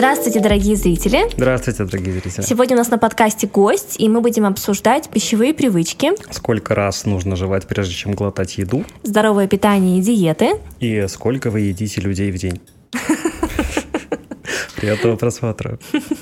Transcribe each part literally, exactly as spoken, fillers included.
Здравствуйте, дорогие зрители. Здравствуйте, дорогие зрители. Сегодня у нас на подкасте гость, и мы будем обсуждать пищевые привычки. Сколько раз нужно жевать, прежде чем глотать еду? Здоровое питание и диеты. И сколько вы едите людей в день? Приятного просмотра.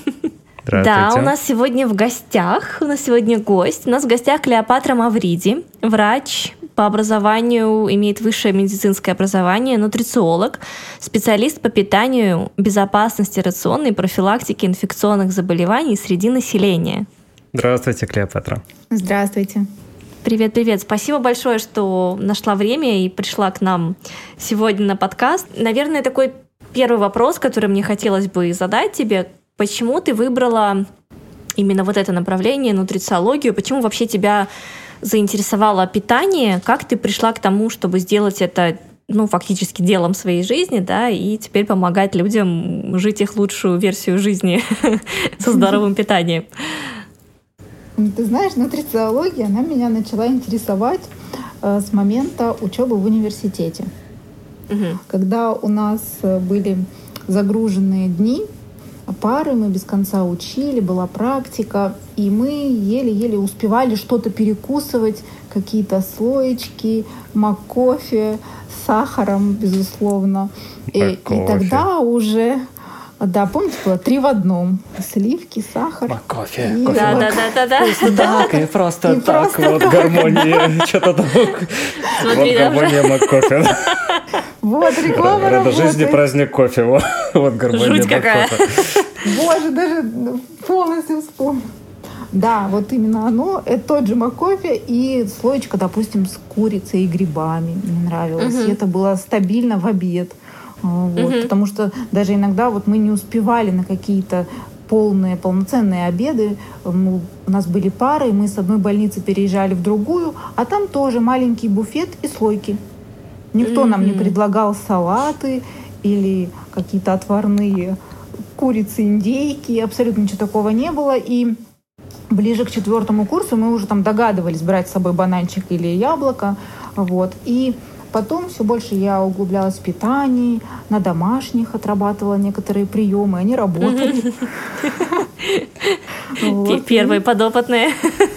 Да, у нас сегодня в гостях, у нас сегодня гость. У нас в гостях Клеопатра Мавриди, врач, по образованию имеет высшее медицинское образование, нутрициолог, специалист по питанию, безопасности рациона и профилактике инфекционных заболеваний среди населения. Здравствуйте, Клеопатра. Здравствуйте. Привет-привет. Спасибо большое, что нашла время и пришла к нам сегодня на подкаст. Наверное, такой первый вопрос, который мне хотелось бы задать тебе. Почему ты выбрала именно вот это направление, нутрициологию? Почему вообще тебя заинтересовало питание? Как ты пришла к тому, чтобы сделать это, ну, фактически делом своей жизни, да, и теперь помогать людям жить их лучшую версию жизни со здоровым питанием? Ты знаешь, нутрициология, она меня начала интересовать э, с момента учебы в университете. Угу. Когда у нас были загруженные дни, пары, мы без конца учили, была практика, и мы еле-еле успевали что-то перекусывать, какие-то слоечки, мак-кофе с сахаром, безусловно. И, и тогда уже, да, помните, было три в одном. Сливки, сахар. Мак-кофе. Да, да, да, да, да. И просто так, вот гармония. Что-то там. Вот гармония мак-кофе. Вот, реклама работает. Это жизнь и праздник кофе. Вот, вот гармония. Жуть какая. Боже, даже полностью вспомнил. Да, вот именно оно. Это тот же мак-кофе и слоечка, допустим, с курицей и грибами. Мне нравилось. Угу. И это было стабильно в обед. Вот, угу. Потому что даже иногда вот мы не успевали на какие-то полные, полноценные обеды. Мы, у нас были пары, и мы с одной больницы переезжали в другую, а там тоже маленький буфет и слойки. Никто mm-hmm. нам не предлагал салаты или какие-то отварные курицы, индейки. Абсолютно ничего такого не было. И ближе к четвертому курсу мы уже там догадывались брать с собой бананчик или яблоко. Вот. И потом все больше я углублялась в питании, на домашних отрабатывала некоторые приемы. Они работали. Первые подопытные.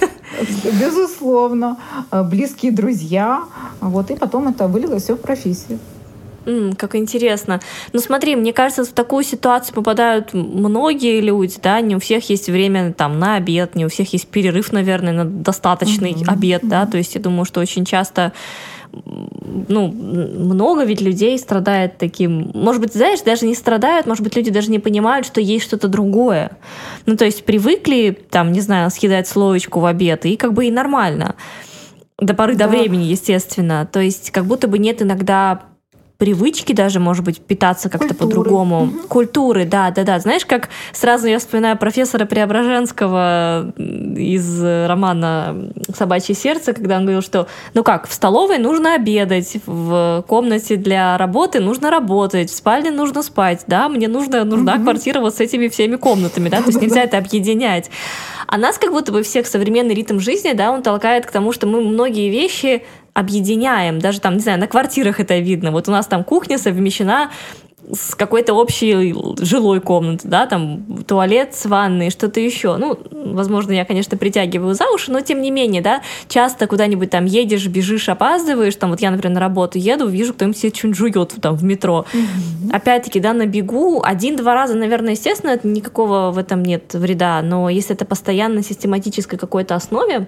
Безусловно. Близкие друзья. Вот. И потом это вылилось все в профессию. Mm, как интересно. Ну смотри, мне кажется, в такую ситуацию попадают многие люди, да, не у всех есть время там на обед, не у всех есть перерыв, наверное, на достаточный mm-hmm. обед, да, то есть я думаю, что очень часто ну, много ведь людей страдает таким... Может быть, знаешь, даже не страдают, может быть, люди даже не понимают, что есть что-то другое. Ну, то есть привыкли, там, не знаю, съедать слоечку в обед, и как бы и нормально. До поры да. до времени, естественно. То есть как будто бы нет иногда привычки даже, может быть, питаться как-то Культуры. по-другому. Угу. Культуры, да, да, да. Знаешь, как сразу я вспоминаю профессора Преображенского из романа «Собачье сердце», когда он говорил, что, ну как, в столовой нужно обедать, в комнате для работы нужно работать, в спальне нужно спать, да, мне нужно, нужна угу. квартира вот с этими всеми комнатами, да, то есть нельзя это объединять. А нас как будто бы всех современный ритм жизни, да, он толкает к тому, что мы многие вещи объединяем, даже там, не знаю, на квартирах это видно. Вот у нас там кухня совмещена с какой-то общей жилой комнатой, да, там туалет с ванной, что-то еще. Ну, возможно, я, конечно, притягиваю за уши, но тем не менее, да, часто куда-нибудь там едешь, бежишь, опаздываешь, там вот я, например, на работу еду, вижу, кто-нибудь себе что-нибудь жует там в метро. Mm-hmm. Опять-таки, да, на бегу один-два раза, наверное, естественно, никакого в этом нет вреда, но если это постоянно на систематической какой-то основе,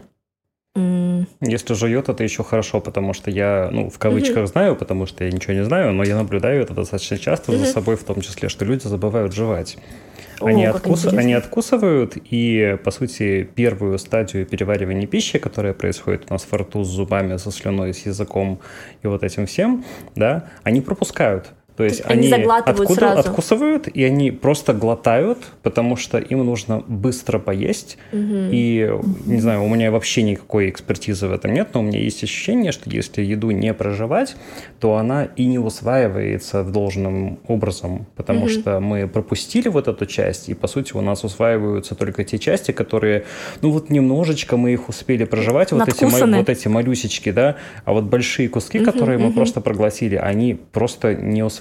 если жует, это еще хорошо, потому что я, ну, в кавычках uh-huh. знаю, потому что я ничего не знаю, но я наблюдаю это достаточно часто uh-huh. за собой, в том числе, что люди забывают жевать. О, они, откус... они откусывают, и, по сути, первую стадию переваривания пищи, которая происходит у нас во рту с зубами, со слюной, с языком и вот этим всем, да, они пропускают. То есть они, они откуда, откусывают, и они просто глотают, потому что им нужно быстро поесть. Угу. И, не знаю, у меня вообще никакой экспертизы в этом нет, но у меня есть ощущение, что если еду не прожевать, то она и не усваивается должным образом, потому угу. что мы пропустили вот эту часть, и, по сути, у нас усваиваются только те части, которые, ну вот немножечко мы их успели прожевать, вот эти, вот эти малюсечки, да, а вот большие куски, угу, которые угу. мы просто проглотили, они просто не усваиваются.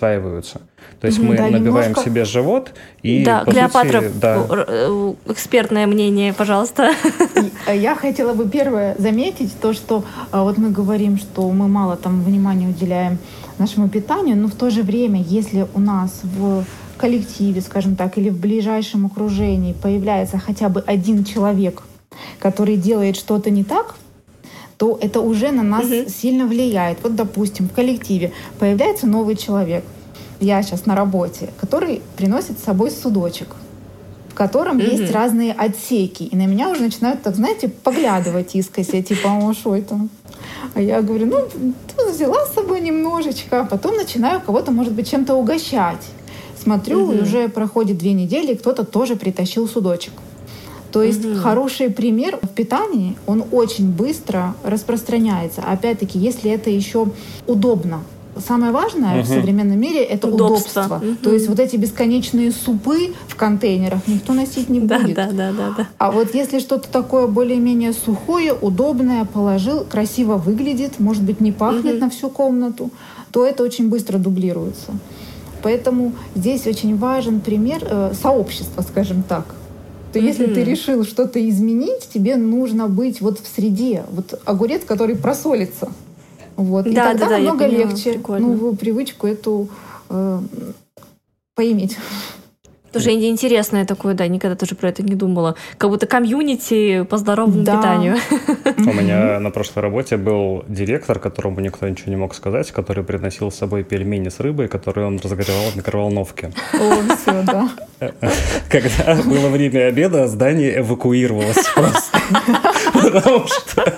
пересваиваются. То есть mm-hmm. мы да, набиваем немножко... себе живот и, да, по Клеопатра, сути... Да, экспертное мнение, пожалуйста. Я хотела бы первое заметить то, что вот мы говорим, что мы мало там внимания уделяем нашему питанию, но в то же время, если у нас в коллективе, скажем так, или в ближайшем окружении появляется хотя бы один человек, который делает что-то не так, то это уже на нас угу. сильно влияет. Вот, допустим, в коллективе появляется новый человек, я сейчас на работе, который приносит с собой судочек, в котором угу. есть разные отсеки. И на меня уже начинают, так знаете, поглядывать искося, типа, о, что это? А я говорю, ну, ты взяла с собой немножечко, а потом начинаю кого-то, может быть, чем-то угощать. Смотрю, угу. и уже проходит две недели, и кто-то тоже притащил судочек. То есть угу. хороший пример в питании, он очень быстро распространяется. Опять-таки, если это еще удобно. Самое важное угу. в современном мире — это удобство. удобство. Угу. То есть вот эти бесконечные супы в контейнерах никто носить не да, будет. Да, да, да, да. А вот если что-то такое более-менее сухое, удобное, положил, красиво выглядит, может быть, не пахнет угу. на всю комнату, то это очень быстро дублируется. Поэтому здесь очень важен пример э, сообщества, скажем так. То mm-hmm. если ты решил что-то изменить, тебе нужно быть вот в среде. Вот огурец, который просолится. Вот. И да, тогда да, намного да, легче новую привычку эту э, поиметь. Тоже интересное такое, да, никогда тоже про это не думала. Как будто комьюнити по здоровому да. питанию. У меня на прошлой работе был директор, которому никто ничего не мог сказать, который приносил с собой пельмени с рыбой, которые он разогревал в микроволновке. О, все, да. Когда было время обеда, здание эвакуировалось просто. Потому что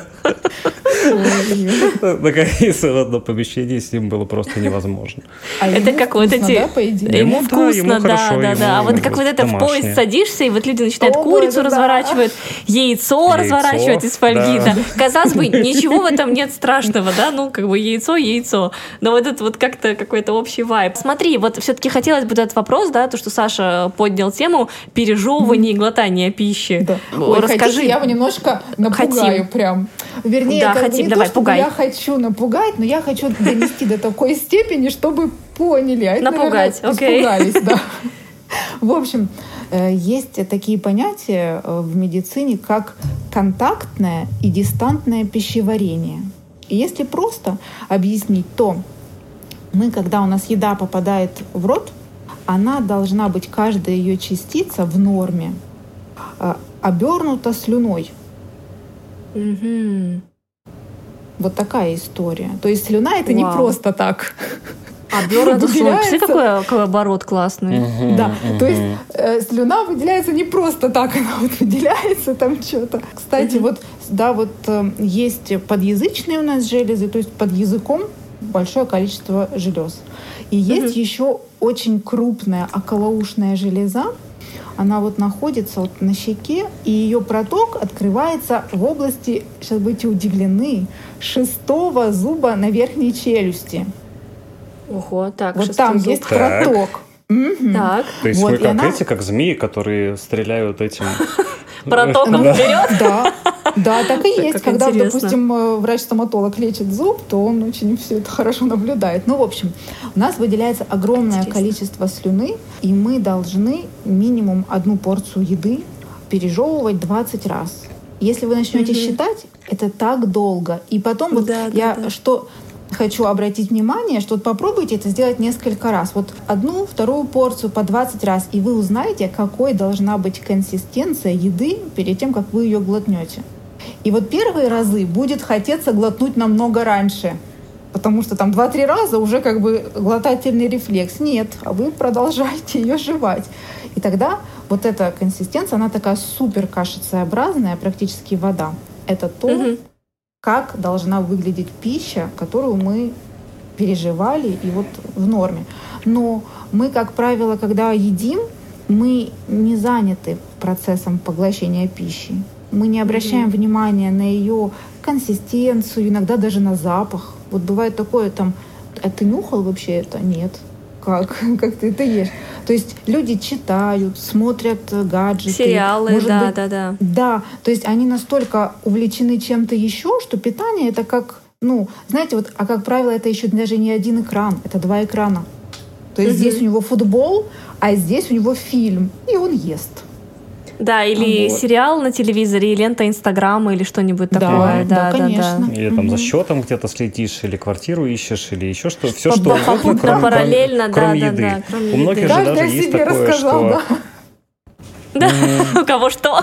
находиться в одном помещении с ним было просто невозможно. А это как вот эти... Да, по идее? Ему Ему, вкусно, да, ему да, хорошо, да, ему да. А вот как вот это в домашнее. поезд садишься, и вот люди начинают О, курицу да, разворачивать, яйцо, Яйцо, разворачивать из фольги. да. Да. Казалось бы, ничего в этом нет страшного, да, ну, как бы яйцо, яйцо. Но вот это вот как-то какой-то общий вайб. Смотри, вот все-таки хотелось бы этот вопрос, да, то, что Саша поднял тему пережевывания и глотания пищи. Да. Ой, расскажи. Хотите, я его немножко напугаю Хотим. прям. Вернее, да, как хотим, бы не давай, то, чтобы пугай. я хочу напугать, но я хочу донести до такой степени, чтобы поняли. А это, напугать, наверное, окей. Испугались, да. В общем, есть такие понятия в медицине, как контактное и дистантное пищеварение. И если просто объяснить, то мы, когда у нас еда попадает в рот, она должна быть, каждая ее частица в норме, обернута слюной. Угу. Вот такая история. То есть слюна — это Вау. не просто так. Обернута слюной. Посмотри, какой, какой оборот классный. Угу, да, угу. то есть э, слюна выделяется не просто так, она вот выделяется там что-то. Кстати, угу. вот, да, вот э, есть подъязычные у нас железы, то есть под языком большое количество желез. И есть угу. еще очень крупная околоушная железа. Она вот находится вот на щеке, и ее проток открывается в области, сейчас будете удивлены, шестого зуба на верхней челюсти. Ого, так, вот там зуб. Есть так. проток. Угу. Так. То есть вот, мы как она... эти, как змеи, которые стреляют этим... Протоком вперед? Да. Да, так и есть. Как Когда, интересно. допустим, врач-стоматолог лечит зуб, то он очень все это хорошо наблюдает. Ну, в общем, у нас выделяется огромное интересно. количество слюны, и мы должны минимум одну порцию еды пережевывать двадцать раз. Если вы начнете угу. считать, это так долго. И потом вот да, я да, да. что хочу обратить внимание, что вот попробуйте это сделать несколько раз. Вот одну, вторую порцию по двадцать раз, и вы узнаете, какой должна быть консистенция еды перед тем, как вы ее глотнете. И вот первые разы будет хотеться глотнуть намного раньше, потому что там два-три раза уже как бы глотательный рефлекс. Нет, а вы продолжаете ее жевать. И тогда вот эта консистенция, она такая супер кашицеобразная, практически вода. Это то, угу. как должна выглядеть пища, которую мы переживали и вот в норме. Но мы, как правило, когда едим, мы не заняты процессом поглощения пищи. Мы не обращаем mm-hmm. внимания на ее консистенцию, иногда даже на запах. Вот бывает такое, там, а ты нюхал вообще это? Нет. Как? Как ты это ешь? То есть люди читают, смотрят гаджеты. Сериалы, да, быть, да, да. Да, то есть они настолько увлечены чем-то еще, что питание — это как, ну, знаете, вот, а как правило, это еще даже не один экран, это два экрана. То есть Мгм. здесь у него футбол, а здесь у него фильм, и он ест. Да, или Вот. сериал на телевизоре, и лента Инстаграма, или что-нибудь Да, такое. да, конечно. Или там за Мгм. счетом где-то следишь, или квартиру ищешь, или еще что. Все, По- что угодно, попутно, кроме, параллельно, кроме, кроме да, еды. да, да, кроме У многих еды. же Каждый даже о есть себе такое, рассказал, что... да. Да, у кого что.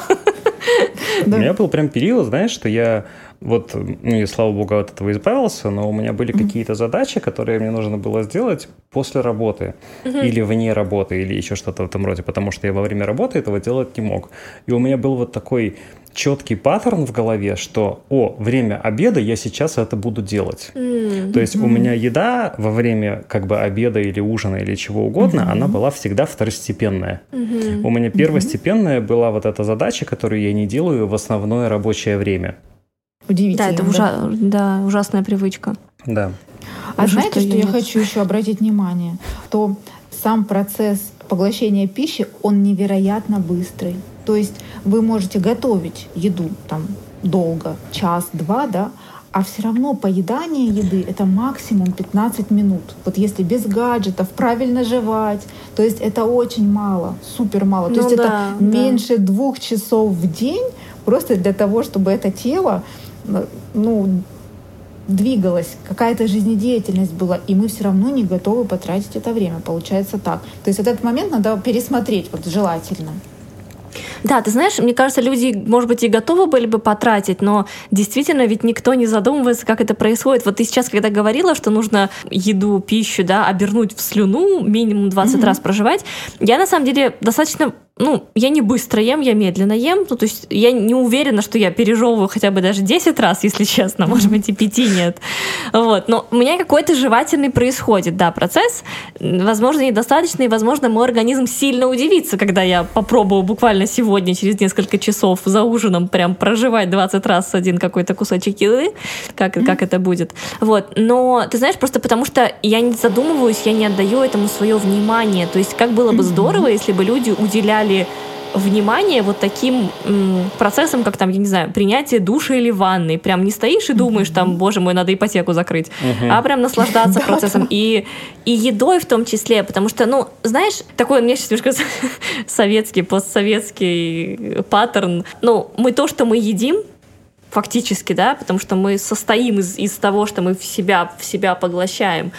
У меня был прям период, знаешь, что я вот, ну, и слава богу, от этого избавился, но у меня были какие-то задачи, которые мне нужно было сделать после работы или вне работы, или еще что-то в этом роде, потому что я во время работы этого делать не мог. И у меня был вот такой четкий паттерн в голове, что, о, время обеда, я сейчас это буду делать. М. То есть у меня еда во время как бы обеда или ужина или чего угодно, она была всегда второстепенная. Мгм. У меня первостепенная была вот эта задача, которую я не делаю в основное рабочее время. Удивительно. Да, это ужа- да, ужасная привычка. Да. А Ужас, знаете, что что ее я нет. хочу еще обратить внимание? То сам процесс поглощения пищи, он невероятно быстрый. То есть вы можете готовить еду там долго, час-два, да, а все равно поедание еды — это максимум пятнадцать минут. Вот если без гаджетов, правильно жевать, то есть это очень мало, супер мало. То Ну есть да, это да. меньше двух часов в день просто для того, чтобы это тело, ну, двигалось, какая-то жизнедеятельность была, и мы все равно не готовы потратить это время. Получается так. То есть этот момент надо пересмотреть, вот желательно. Да, ты знаешь, мне кажется, люди, может быть, и готовы были бы потратить, но действительно ведь никто не задумывается, как это происходит. Вот ты сейчас, когда говорила, что нужно еду, пищу, да, обернуть в слюну, минимум двадцать Мгм. раз прожевать, я на самом деле достаточно... Ну, я не быстро ем, я медленно ем. Ну, то есть я не уверена, что я пережевываю хотя бы даже десять раз, если честно. Может быть, и пяти нет. Вот. Но у меня какой-то жевательный происходит, да, процесс. Возможно, недостаточный, и, возможно, мой организм сильно удивится, когда я попробую буквально сегодня, через несколько часов за ужином прям прожевать двадцать раз один какой-то кусочек еды, как, как это будет. Вот. Но, ты знаешь, просто потому что я не задумываюсь, я не отдаю этому свое внимание. То есть как было бы здорово, если бы люди уделяли внимание вот таким м, процессам, как там, я не знаю, принятие душа или ванны. Прям не стоишь и думаешь, там, боже мой, надо ипотеку закрыть, Мгм. а прям наслаждаться процессом. И, и едой в том числе, потому что, ну, знаешь, такой, мне сейчас немножко советский, постсоветский паттерн. Ну, мы то, что мы едим, фактически, да, потому что мы состоим из, из того, что мы в себя, в себя поглощаем.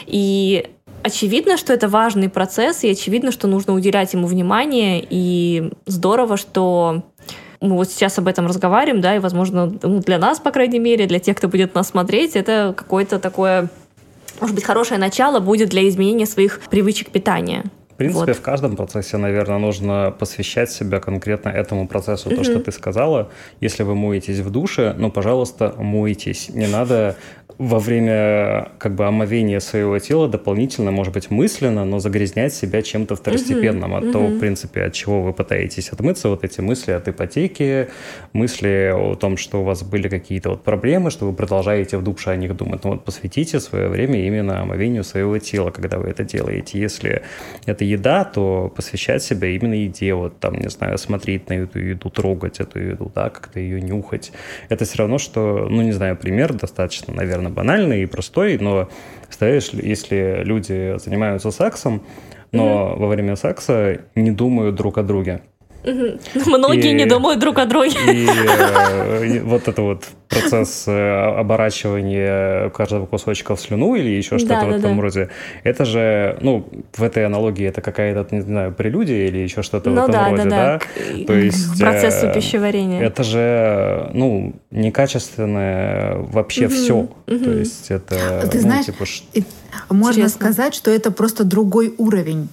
И очевидно, что это важный процесс, и очевидно, что нужно уделять ему внимание, и здорово, что мы вот сейчас об этом разговариваем, да, и, возможно, ну, для нас, по крайней мере, для тех, кто будет нас смотреть, это какое-то такое, может быть, хорошее начало будет для изменения своих привычек питания. В принципе, Вот. в каждом процессе, наверное, нужно посвящать себя конкретно этому процессу. То, Мгм. что ты сказала, если вы моетесь в душе, ну, пожалуйста, мойтесь. Не надо во время как бы омовения своего тела дополнительно, может быть, мысленно, но загрязнять себя чем-то второстепенным. А то, Мгм. в принципе, от чего вы пытаетесь отмыться, вот эти мысли от ипотеки, мысли о том, что у вас были какие-то вот проблемы, что вы продолжаете в душе о них думать. Ну вот посвятите свое время именно омовению своего тела, когда вы это делаете. Если это еда, то посвящать себя именно еде, вот там, не знаю, смотреть на эту еду, трогать эту еду, да, как-то ее нюхать. Это все равно, что, ну, не знаю, пример достаточно, наверное, банальный и простой, но, представляешь, если люди занимаются сексом, но во время секса не думают друг о друге. Мгм. Многие И- не думают друг о друге. И э, и вот это вот процесс э, оборачивания каждого кусочка в слюну или еще что-то Да, в да, этом да. роде, это же, ну, в этой аналогии это какая-то, не знаю, прелюдия или еще что-то в Ну этом да, роде, да, да? да. К- То есть, К процессу э, пищеварения. Это же, ну, некачественное вообще Мгм, все. То мгм. есть это, Ты ну, знаешь, типа, ш- И можно Интересно. сказать, что это просто другой уровень.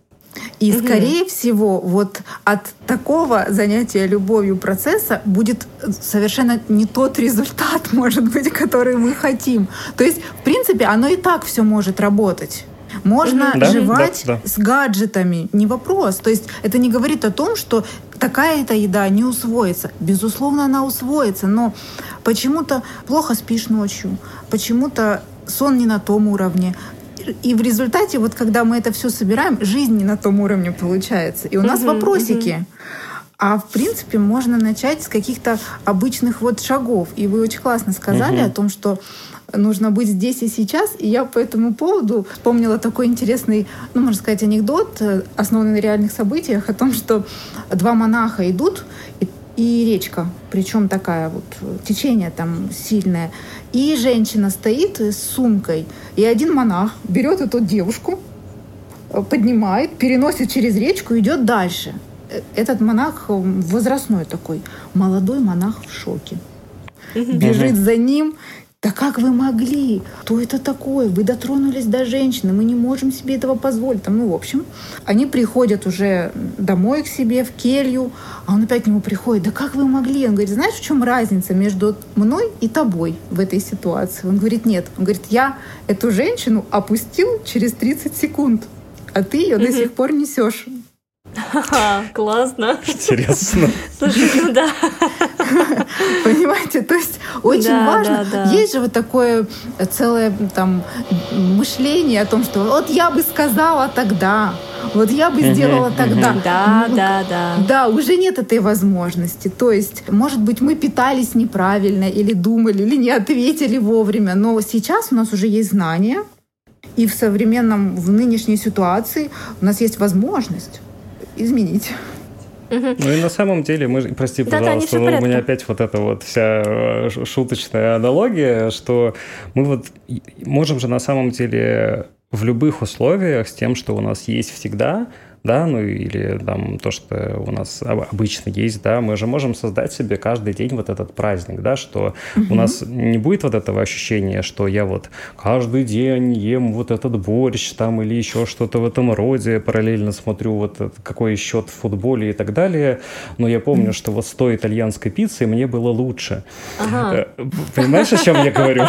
И, Мгм. скорее всего, вот от такого занятия любовью процесса будет совершенно не тот результат, может быть, который мы хотим. То есть, в принципе, оно и так все может работать. Можно Мгм. Да, жевать да, да. с гаджетами, не вопрос. То есть это не говорит о том, что такая-то еда не усвоится. Безусловно, она усвоится, но почему-то плохо спишь ночью, почему-то сон не на том уровне. И в результате, вот когда мы это все собираем, жизнь не на том уровне получается. И у нас Мгм, вопросики. А в принципе можно начать с каких-то обычных вот шагов. И вы очень классно сказали угу. о том, что нужно быть здесь и сейчас. И я по этому поводу вспомнила такой интересный, ну, можно сказать, анекдот, основанный на реальных событиях, о том, что два монаха идут, и, и речка, причем такая вот, течение там сильное, и женщина стоит с сумкой, и один монах берет эту девушку, поднимает, переносит через речку и идет дальше. Этот монах возрастной такой, молодой монах в шоке. Бежит за ним. Да как вы могли? Кто это такое? Вы дотронулись до женщины, мы не можем себе этого позволить. Там, ну, в общем, они приходят уже домой к себе, в келью, а он опять к нему приходит. Да как вы могли? Он говорит, знаешь, в чем разница между мной и тобой в этой ситуации? Он говорит, нет. Он говорит, я эту женщину опустил через тридцать секунд, а ты ее до сих пор несешь. Ха-ха, классно. Интересно. Слушай, ну да. Понимаете, то есть очень да, важно. Да, да. Есть же вот такое целое там мышление о том, что вот я бы сказала тогда, вот я бы сделала тогда. Да, да, да. Да, уже нет этой возможности. То есть, может быть, мы питались неправильно или думали, или не ответили вовремя, но сейчас у нас уже есть знания, и в современном, в нынешней ситуации у нас есть возможность изменить. Ну и на самом деле, мы, прости, да, пожалуйста, да, но у меня опять вот эта вот вся шуточная аналогия, что мы вот можем же на самом деле в любых условиях с тем, что у нас есть всегда, да, ну или там то, что у нас обычно есть, да, мы же можем создать себе каждый день вот этот праздник, да, что угу. у нас не будет вот этого ощущения, что я вот каждый день ем вот этот борщ там или еще что-то в этом роде, параллельно смотрю вот какой счет в футболе и так далее, но я помню, что вот с той итальянской пиццей мне было лучше. Ага. Понимаешь, о чем я говорю?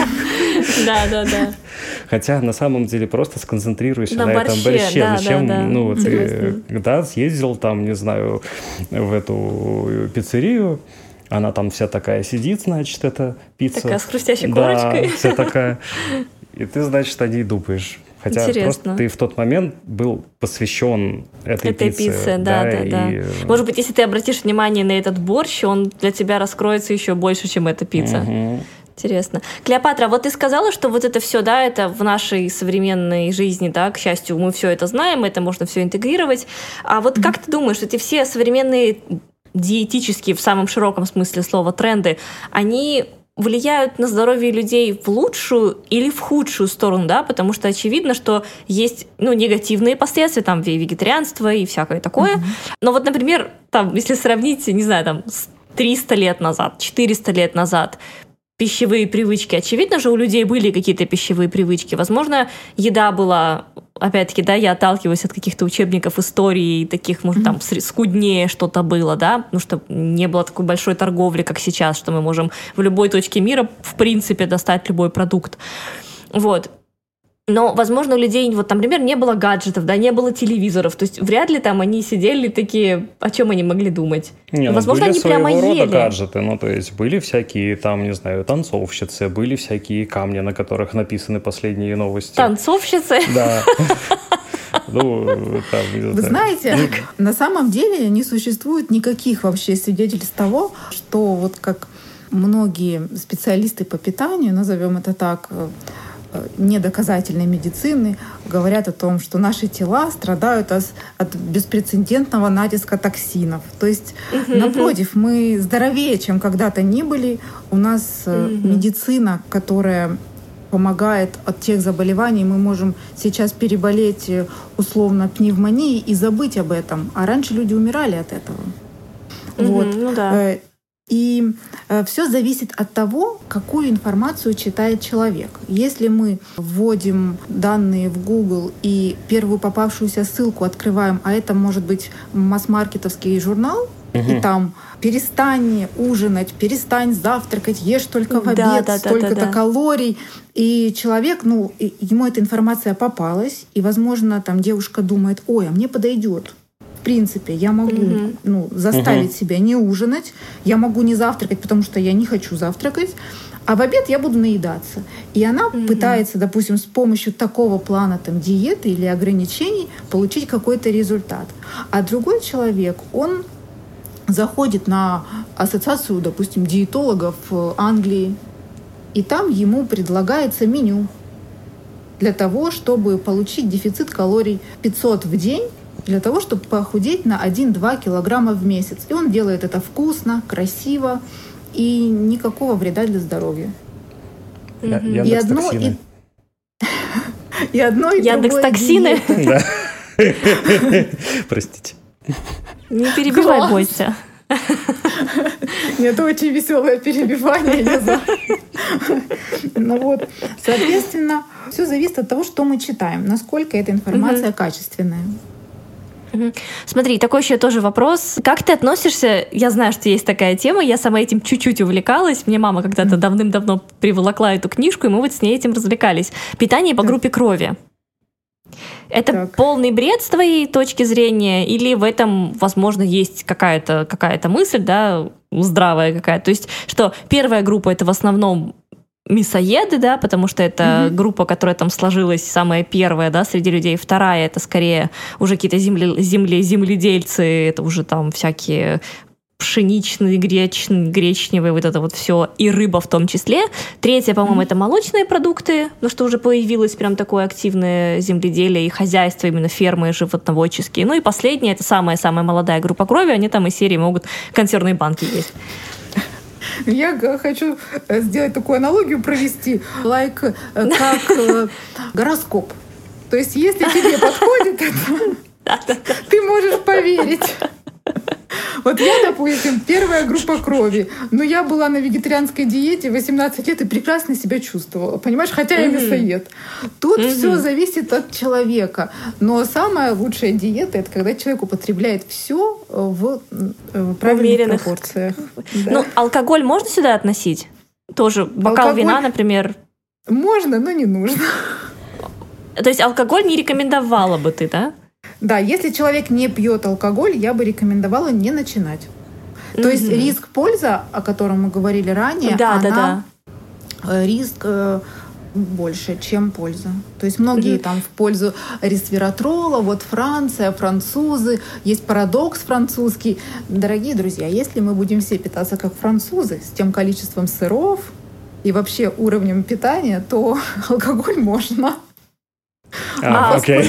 Да, да, да. Хотя на самом деле просто сконцентрируйся на, на этом борще. Да, Зачем, да, да. ну, ты, да, съездил там, не знаю, в эту пиццерию, она там вся такая сидит, значит, эта пицца. Такая с хрустящей корочкой. Да, вся такая. И ты, значит, о ней думаешь. Хотя Интересно. Просто ты в тот момент был посвящен этой, этой пицце. пицце да, да, да, и... да. Может быть, если ты обратишь внимание на этот борщ, он для тебя раскроется еще больше, чем эта пицца. Угу. Интересно. Клеопатра, вот ты сказала, что вот это все, да, это в нашей современной жизни, да, к счастью, мы все это знаем, это можно все интегрировать. А вот mm-hmm. как ты думаешь, эти все современные диетические, в самом широком смысле слова, тренды, они влияют на здоровье людей в лучшую или в худшую сторону, да, потому что очевидно, что есть, ну, негативные последствия, там, вегетарианство и всякое такое. Mm-hmm. Но вот, например, там, если сравнить, не знаю, там, триста лет назад, четыреста лет назад, пищевые привычки. Очевидно же, у людей были какие-то пищевые привычки. Возможно, еда была, опять-таки, да, я отталкиваюсь от каких-то учебников истории, таких, может, там, скуднее что-то было, да, потому что не было такой большой торговли, как сейчас, что мы можем в любой точке мира, в принципе, достать любой продукт. Вот. Но, возможно, у людей, вот, там, например, не было гаджетов, да, не было телевизоров. То есть вряд ли там они сидели такие, о чем они могли думать. Не, возможно, были они своего прямо рода ели. гаджеты. Ну, то есть были всякие, там, не знаю, танцовщицы, были всякие камни, на которых написаны последние новости. Танцовщицы? Да. Ну, там, Вы знаете, на самом деле не существует никаких вообще свидетельств того, что вот как многие специалисты по питанию, назовем это так, недоказательной медицины, говорят о том, что наши тела страдают от, от беспрецедентного натиска токсинов. То есть, uh-huh. напротив, мы здоровее, чем когда-то ни были. У нас uh-huh. медицина, которая помогает от тех заболеваний, мы можем сейчас переболеть условно пневмонией и забыть об этом. А раньше люди умирали от этого. Uh-huh. Вот. Ну, да. И э, все зависит от того, какую информацию читает человек. Если мы вводим данные в Google и первую попавшуюся ссылку открываем, а это может быть масс-маркетовский журнал, угу. и там перестань ужинать, перестань завтракать, ешь только в обед, да, да, столько-то да, да, да. калорий. И человек, ну, ему эта информация попалась, и, возможно, там девушка думает, ой, а мне подойдет. В принципе, я могу mm-hmm. ну, заставить mm-hmm. себя не ужинать, я могу не завтракать, потому что я не хочу завтракать, а в обед я буду наедаться. И она mm-hmm. пытается, допустим, с помощью такого плана там, диеты или ограничений получить какой-то результат. А другой человек, он заходит на ассоциацию, допустим, диетологов Англии, и там ему предлагается меню для того, чтобы получить дефицит калорий пятьсот в день, для того, чтобы похудеть на один-два килограмма в месяц. И он делает это вкусно, красиво и никакого вреда для здоровья. Я, и, одно, и, и одно и Яндекс.Токсины? Да. Простите. Не перебивай, бойся. Нет, это очень веселое перебивание. Я за... Ну вот, соответственно, все зависит от того, что мы читаем, насколько эта информация угу. качественная. Угу. Смотри, такой еще тоже вопрос. Как ты относишься, я знаю, что есть такая тема, я сама этим чуть-чуть увлекалась, мне мама когда-то давным-давно приволокла эту книжку, и мы вот с ней этим развлекались. Питание по группе крови. Это так. полный бред с твоей точки зрения, или в этом, возможно, есть какая-то, какая-то мысль, да, здравая какая-то? То есть, что первая группа — это в основном мясоеды, да, потому что это mm-hmm. группа, которая там сложилась, самая первая, да, среди людей. Вторая — это скорее уже какие-то земли, земли, земледельцы, это уже там всякие пшеничные, гречневые, гречневые, вот это вот все, и рыба в том числе. Третья, по-моему, mm-hmm. это молочные продукты, ну что уже появилось прям такое активное земледелие и хозяйство, именно фермы животноводческие. Ну и последняя, это самая-самая молодая группа крови, они там из серии могут консервные банки есть. Я хочу сделать такую аналогию, провести, like, как гороскоп. То есть, если тебе подходит это, ты можешь поверить. Вот я, допустим, первая группа крови, но я была на вегетарианской диете восемнадцать лет и прекрасно себя чувствовала, понимаешь, хотя я мясоед. Тут mm-hmm. все зависит от человека. Но самая лучшая диета — это когда человек употребляет все в правильных умеренных пропорциях. Да. Ну, алкоголь можно сюда относить? Тоже бокал алкоголь... вина, например? Можно, но не нужно. То есть алкоголь не рекомендовала бы ты, да? Да, если человек не пьет алкоголь, я бы рекомендовала не начинать. Mm-hmm. То есть риск-польза, о котором мы говорили ранее, да, она да, да. риск э, больше, чем польза. То есть многие mm-hmm. там в пользу ресвератрола, вот Франция, французы, есть парадокс французский. Дорогие друзья, если мы будем все питаться как французы, с тем количеством сыров и вообще уровнем питания, то алкоголь можно. А, окей.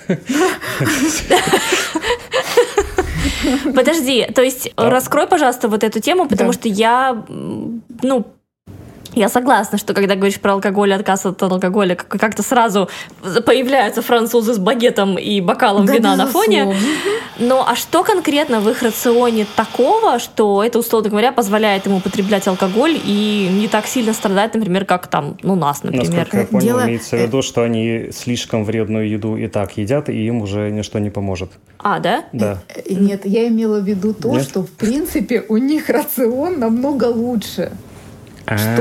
Подожди, то есть раскрой, пожалуйста, вот эту тему, потому что я, ну, я согласна, что когда говоришь про алкоголь, отказ от алкоголя, как-то сразу появляются французы с багетом и бокалом да, вина на фоне. Ну, а что конкретно в их рационе такого, что это, условно говоря, позволяет ему употреблять алкоголь и не так сильно страдать, например, как там, ну, нас, например? Насколько я понял, Дело... имеется в виду, что они слишком вредную еду и так едят, и им уже ничто не поможет. А, да? Да. Нет, я имела в виду то, Нет? что, в принципе, у них рацион намного лучше. Что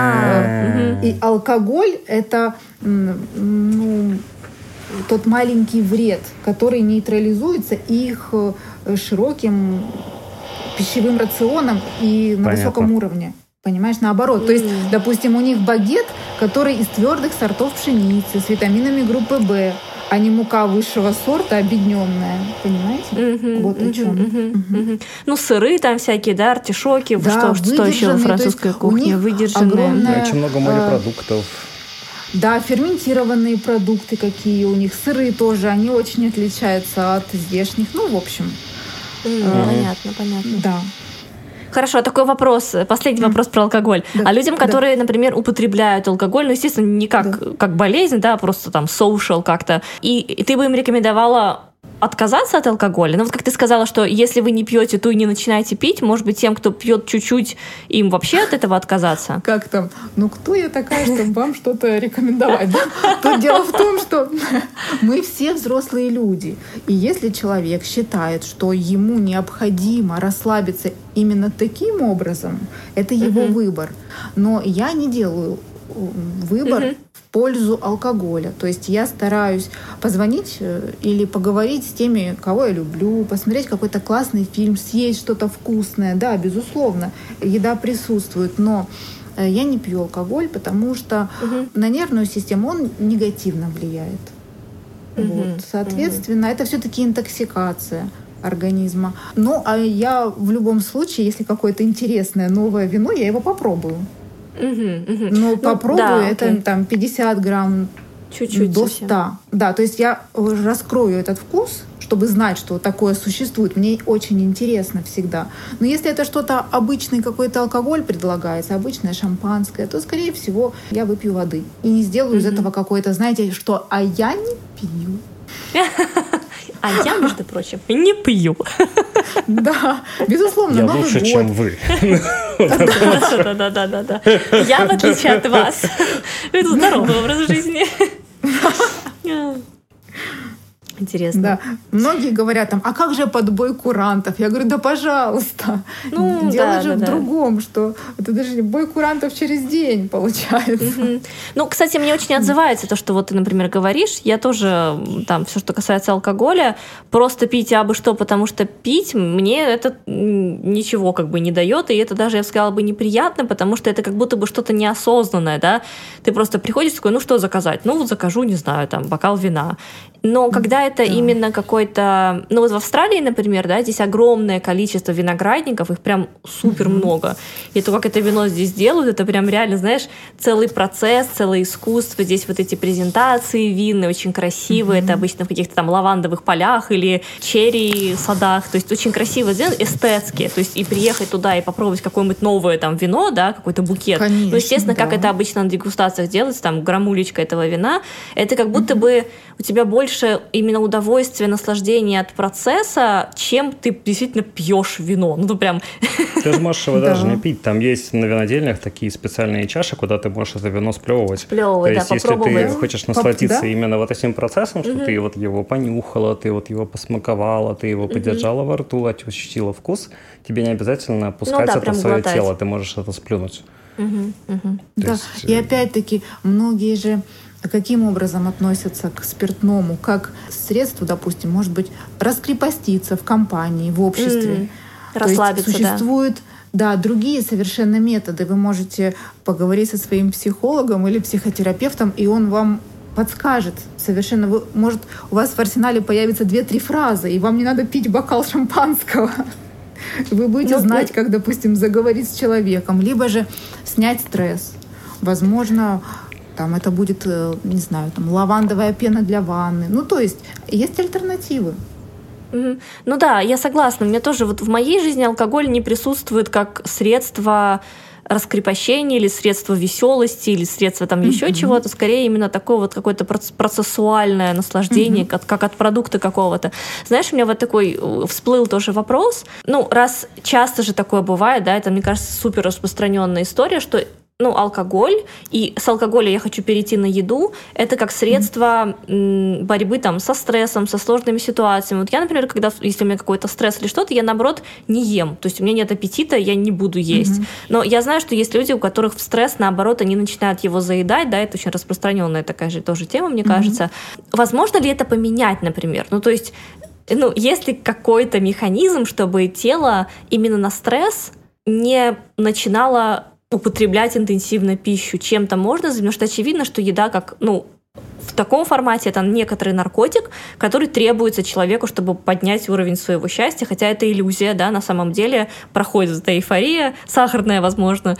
э, и алкоголь — это ну, тот маленький вред, который нейтрализуется их широким пищевым рационом и на Понятно. Высоком уровне. Понимаешь, наоборот. Mm. То есть, допустим, у них багет, который из твердых сортов пшеницы с витаминами группы В, а не мука высшего сорта, обедненная. Понимаете? Mm-hmm, вот mm-hmm, о чем. Mm-hmm, mm-hmm. Ну, сыры там всякие, да, артишоки, да, что, что еще в французской кухне выдержанные. Огромное, очень много морепродуктов. Да, ферментированные продукты какие у них. Сыры тоже, они очень отличаются от здешних. Ну, в общем. Mm, mm-hmm. Понятно, понятно. Да. Хорошо, такой вопрос, последний mm. вопрос про алкоголь. Да, а людям, которые, да. например, употребляют алкоголь, ну, естественно, не как, да. как болезнь, да, просто там social как-то, и, и ты бы им рекомендовала отказаться от алкоголя? Ну, вот как ты сказала, что если вы не пьете, то и не начинаете пить, может быть, тем, кто пьет чуть-чуть, им вообще от этого отказаться? Как там? Ну, кто я такая, чтобы вам что-то рекомендовать? Тут дело в том, что мы все взрослые люди. И если человек считает, что ему необходимо расслабиться именно таким образом, это его выбор. Но я не делаю выбор в пользу алкоголя. То есть я стараюсь позвонить или поговорить с теми, кого я люблю, посмотреть какой-то классный фильм, съесть что-то вкусное. Да, безусловно, еда присутствует, но я не пью алкоголь, потому что угу. на нервную систему он негативно влияет. Угу. Вот. Соответственно, угу. это все-таки интоксикация. организма. Ну, а я в любом случае, если какое-то интересное новое вино, я его попробую. Угу, угу. Но ну, попробую, да, это окей. там пятьдесят грамм Чуть-чуть до совсем. ста. Да, то есть я раскрою этот вкус, чтобы знать, что такое существует. Мне очень интересно всегда. Но если это что-то обычный какой-то алкоголь предлагается, обычное шампанское, то, скорее всего, я выпью воды. И не сделаю mm-hmm. из этого какое-то, знаете, что «а я не пью». А я, между прочим, не пью. Да, безусловно, я Новый лучше, год. чем вы. Да-да-да-да-да. Я, в отличие от вас, веду здоровый образ жизни. Интересно. Да. Многие говорят там, а как же подбой курантов? Я говорю, да пожалуйста. Ну, Дело да, же да, в да. другом, что это даже бой курантов через день получается. Угу. Ну, кстати, мне очень отзывается то, что вот ты, например, говоришь. Я тоже, там, все, что касается алкоголя, просто пить абы что, потому что пить мне это ничего как бы не дает, и это даже, я бы сказала, бы неприятно, потому что это как будто бы что-то неосознанное, да? Ты просто приходишь такой, ну, что заказать? Ну, вот закажу, не знаю, там, бокал вина. Но когда это да. именно какой-то... Ну вот в Австралии, например, да, здесь огромное количество виноградников, их прям супер mm-hmm. много. И то, как это вино здесь делают, это прям реально, знаешь, целый процесс, целое искусство. Здесь вот эти презентации винные очень красивые. Mm-hmm. Это обычно в каких-то там лавандовых полях или черри-садах. То есть очень красиво сделано, эстетски. То есть и приехать туда и попробовать какое-нибудь новое там вино, да, какой-то букет. Конечно, ну, естественно, да. как это обычно на дегустациях делается, там грамулечка этого вина, это как будто mm-hmm. бы у тебя больше именно удовольствия, наслаждения от процесса, чем ты действительно пьешь вино. Ну, ты прям... Ты же можешь его даже не пить. Там есть на винодельнях такие специальные чаши, куда ты можешь это вино сплевывать. Сплевывать, да, То есть, если ты хочешь насладиться да? именно вот этим процессом, что угу. ты вот его понюхала, ты вот его посмаковала, ты его подержала угу. во рту, ощутила вкус, тебе не обязательно опускать ну, да, это в свое глотать. Тело, ты можешь это сплюнуть. Угу, угу. Да, есть... и опять-таки многие же каким образом относятся к спиртному, как средство, допустим, может быть, раскрепоститься в компании, в обществе. Mm, расслабиться, существуют, да. да, другие совершенно методы. Вы можете поговорить со своим психологом или психотерапевтом, и он вам подскажет совершенно. Вы, может, у вас в арсенале появится две-три фразы, и вам не надо пить бокал шампанского. Вы будете ну, знать, как, допустим, заговорить с человеком, либо же снять стресс. Возможно, там это будет, не знаю, там лавандовая пена для ванны. Ну, то есть есть альтернативы. Mm-hmm. Ну да, я согласна. У меня тоже вот в моей жизни алкоголь не присутствует как средство раскрепощения или средство веселости или средство там еще mm-hmm. чего-то. Скорее именно такое вот какое-то процессуальное наслаждение, mm-hmm. как, как от продукта какого-то. Знаешь, у меня вот такой всплыл тоже вопрос. Ну, раз часто же такое бывает, да, это, мне кажется, супер распространенная история, что ну, алкоголь, и с алкоголя я хочу перейти на еду, это как средство mm-hmm. борьбы там, со стрессом, со сложными ситуациями. Вот я, например, когда, если у меня какой-то стресс или что-то, я, наоборот, не ем. То есть у меня нет аппетита, я не буду есть. Mm-hmm. Но я знаю, что есть люди, у которых в стресс, наоборот, они начинают его заедать, да, это очень распространенная такая же тоже тема, мне mm-hmm. кажется. Возможно ли это поменять, например? Ну, то есть, ну, есть ли какой-то механизм, чтобы тело именно на стресс не начинало употреблять интенсивно пищу, чем-то можно, потому что очевидно, что еда как, ну, в таком формате это некоторый наркотик, который требуется человеку, чтобы поднять уровень своего счастья, хотя это иллюзия, да, на самом деле проходит эта эйфория, сахарная, возможно,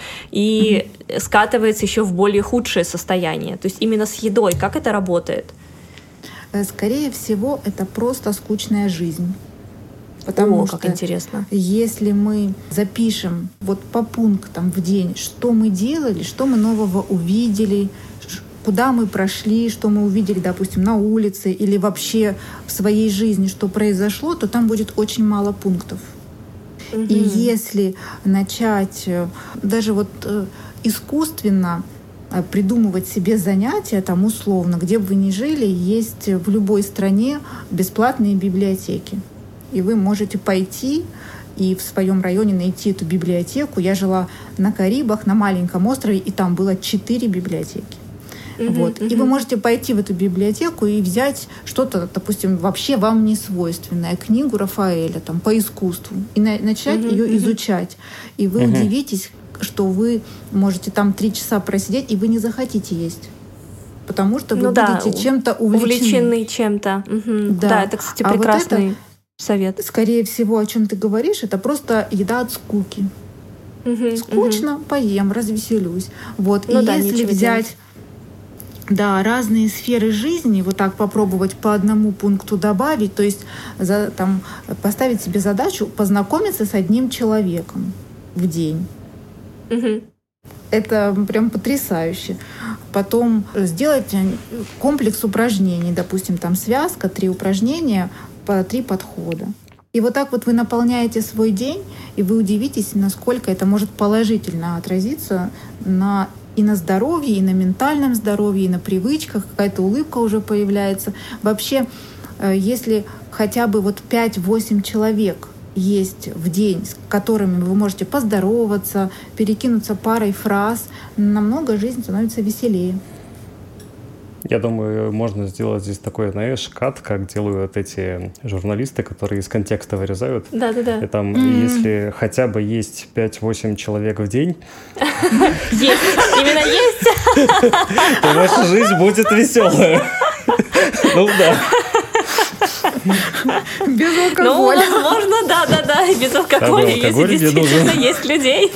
и mm-hmm. скатывается еще в более худшее состояние. То есть именно с едой, как это работает? Скорее всего, это просто скучная жизнь. Потому О, что как интересно. Если мы запишем вот по пунктам в день, что мы делали, что мы нового увидели, куда мы прошли, что мы увидели, допустим, на улице или вообще в своей жизни, что произошло, то там будет очень мало пунктов. Угу. И если начать даже вот искусственно придумывать себе занятия, там условно, где бы вы ни жили, есть в любой стране бесплатные библиотеки. И вы можете пойти и в своем районе найти эту библиотеку. Я жила на Карибах, на маленьком острове, и там было четыре библиотеки. Uh-huh, вот. uh-huh. И вы можете пойти в эту библиотеку и взять что-то, допустим, вообще вам не свойственное, книгу Рафаэля там, по искусству, и на- начать uh-huh, ее uh-huh. изучать. И вы uh-huh. удивитесь, что вы можете там три часа просидеть, и вы не захотите есть. Потому что вы ну, будете да, чем-то увлечены. Увлечены чем-то. Угу. Да. да, это, кстати, прекрасный... А вот это совет? Скорее всего, о чем ты говоришь, это просто еда от скуки. Угу, Скучно, угу. поем, развеселюсь. Вот. Ну, и да, если взять да, разные сферы жизни, вот так попробовать по одному пункту добавить, то есть за, там, поставить себе задачу познакомиться с одним человеком в день. Угу. Это прям потрясающе. Потом сделать комплекс упражнений, допустим, там связка, три упражнения по три подхода. И вот так вот вы наполняете свой день, и вы удивитесь, насколько это может положительно отразиться на, и на здоровье, и на ментальном здоровье, и на привычках. Какая-то улыбка уже появляется. Вообще, если хотя бы вот пять-восемь человек есть в день, с которыми вы можете поздороваться, перекинуться парой фраз, намного жизнь становится веселее. Я думаю, можно сделать здесь такой, знаешь, кат, как делают эти журналисты, которые из контекста вырезают. Да-да-да. И там, mm-hmm. если хотя бы есть пять-восемь человек в день... Есть! Именно есть! То ваша жизнь будет веселая. Ну да. Без алкоголя. Ну, возможно, да-да-да, без алкоголя, если действительно есть людей.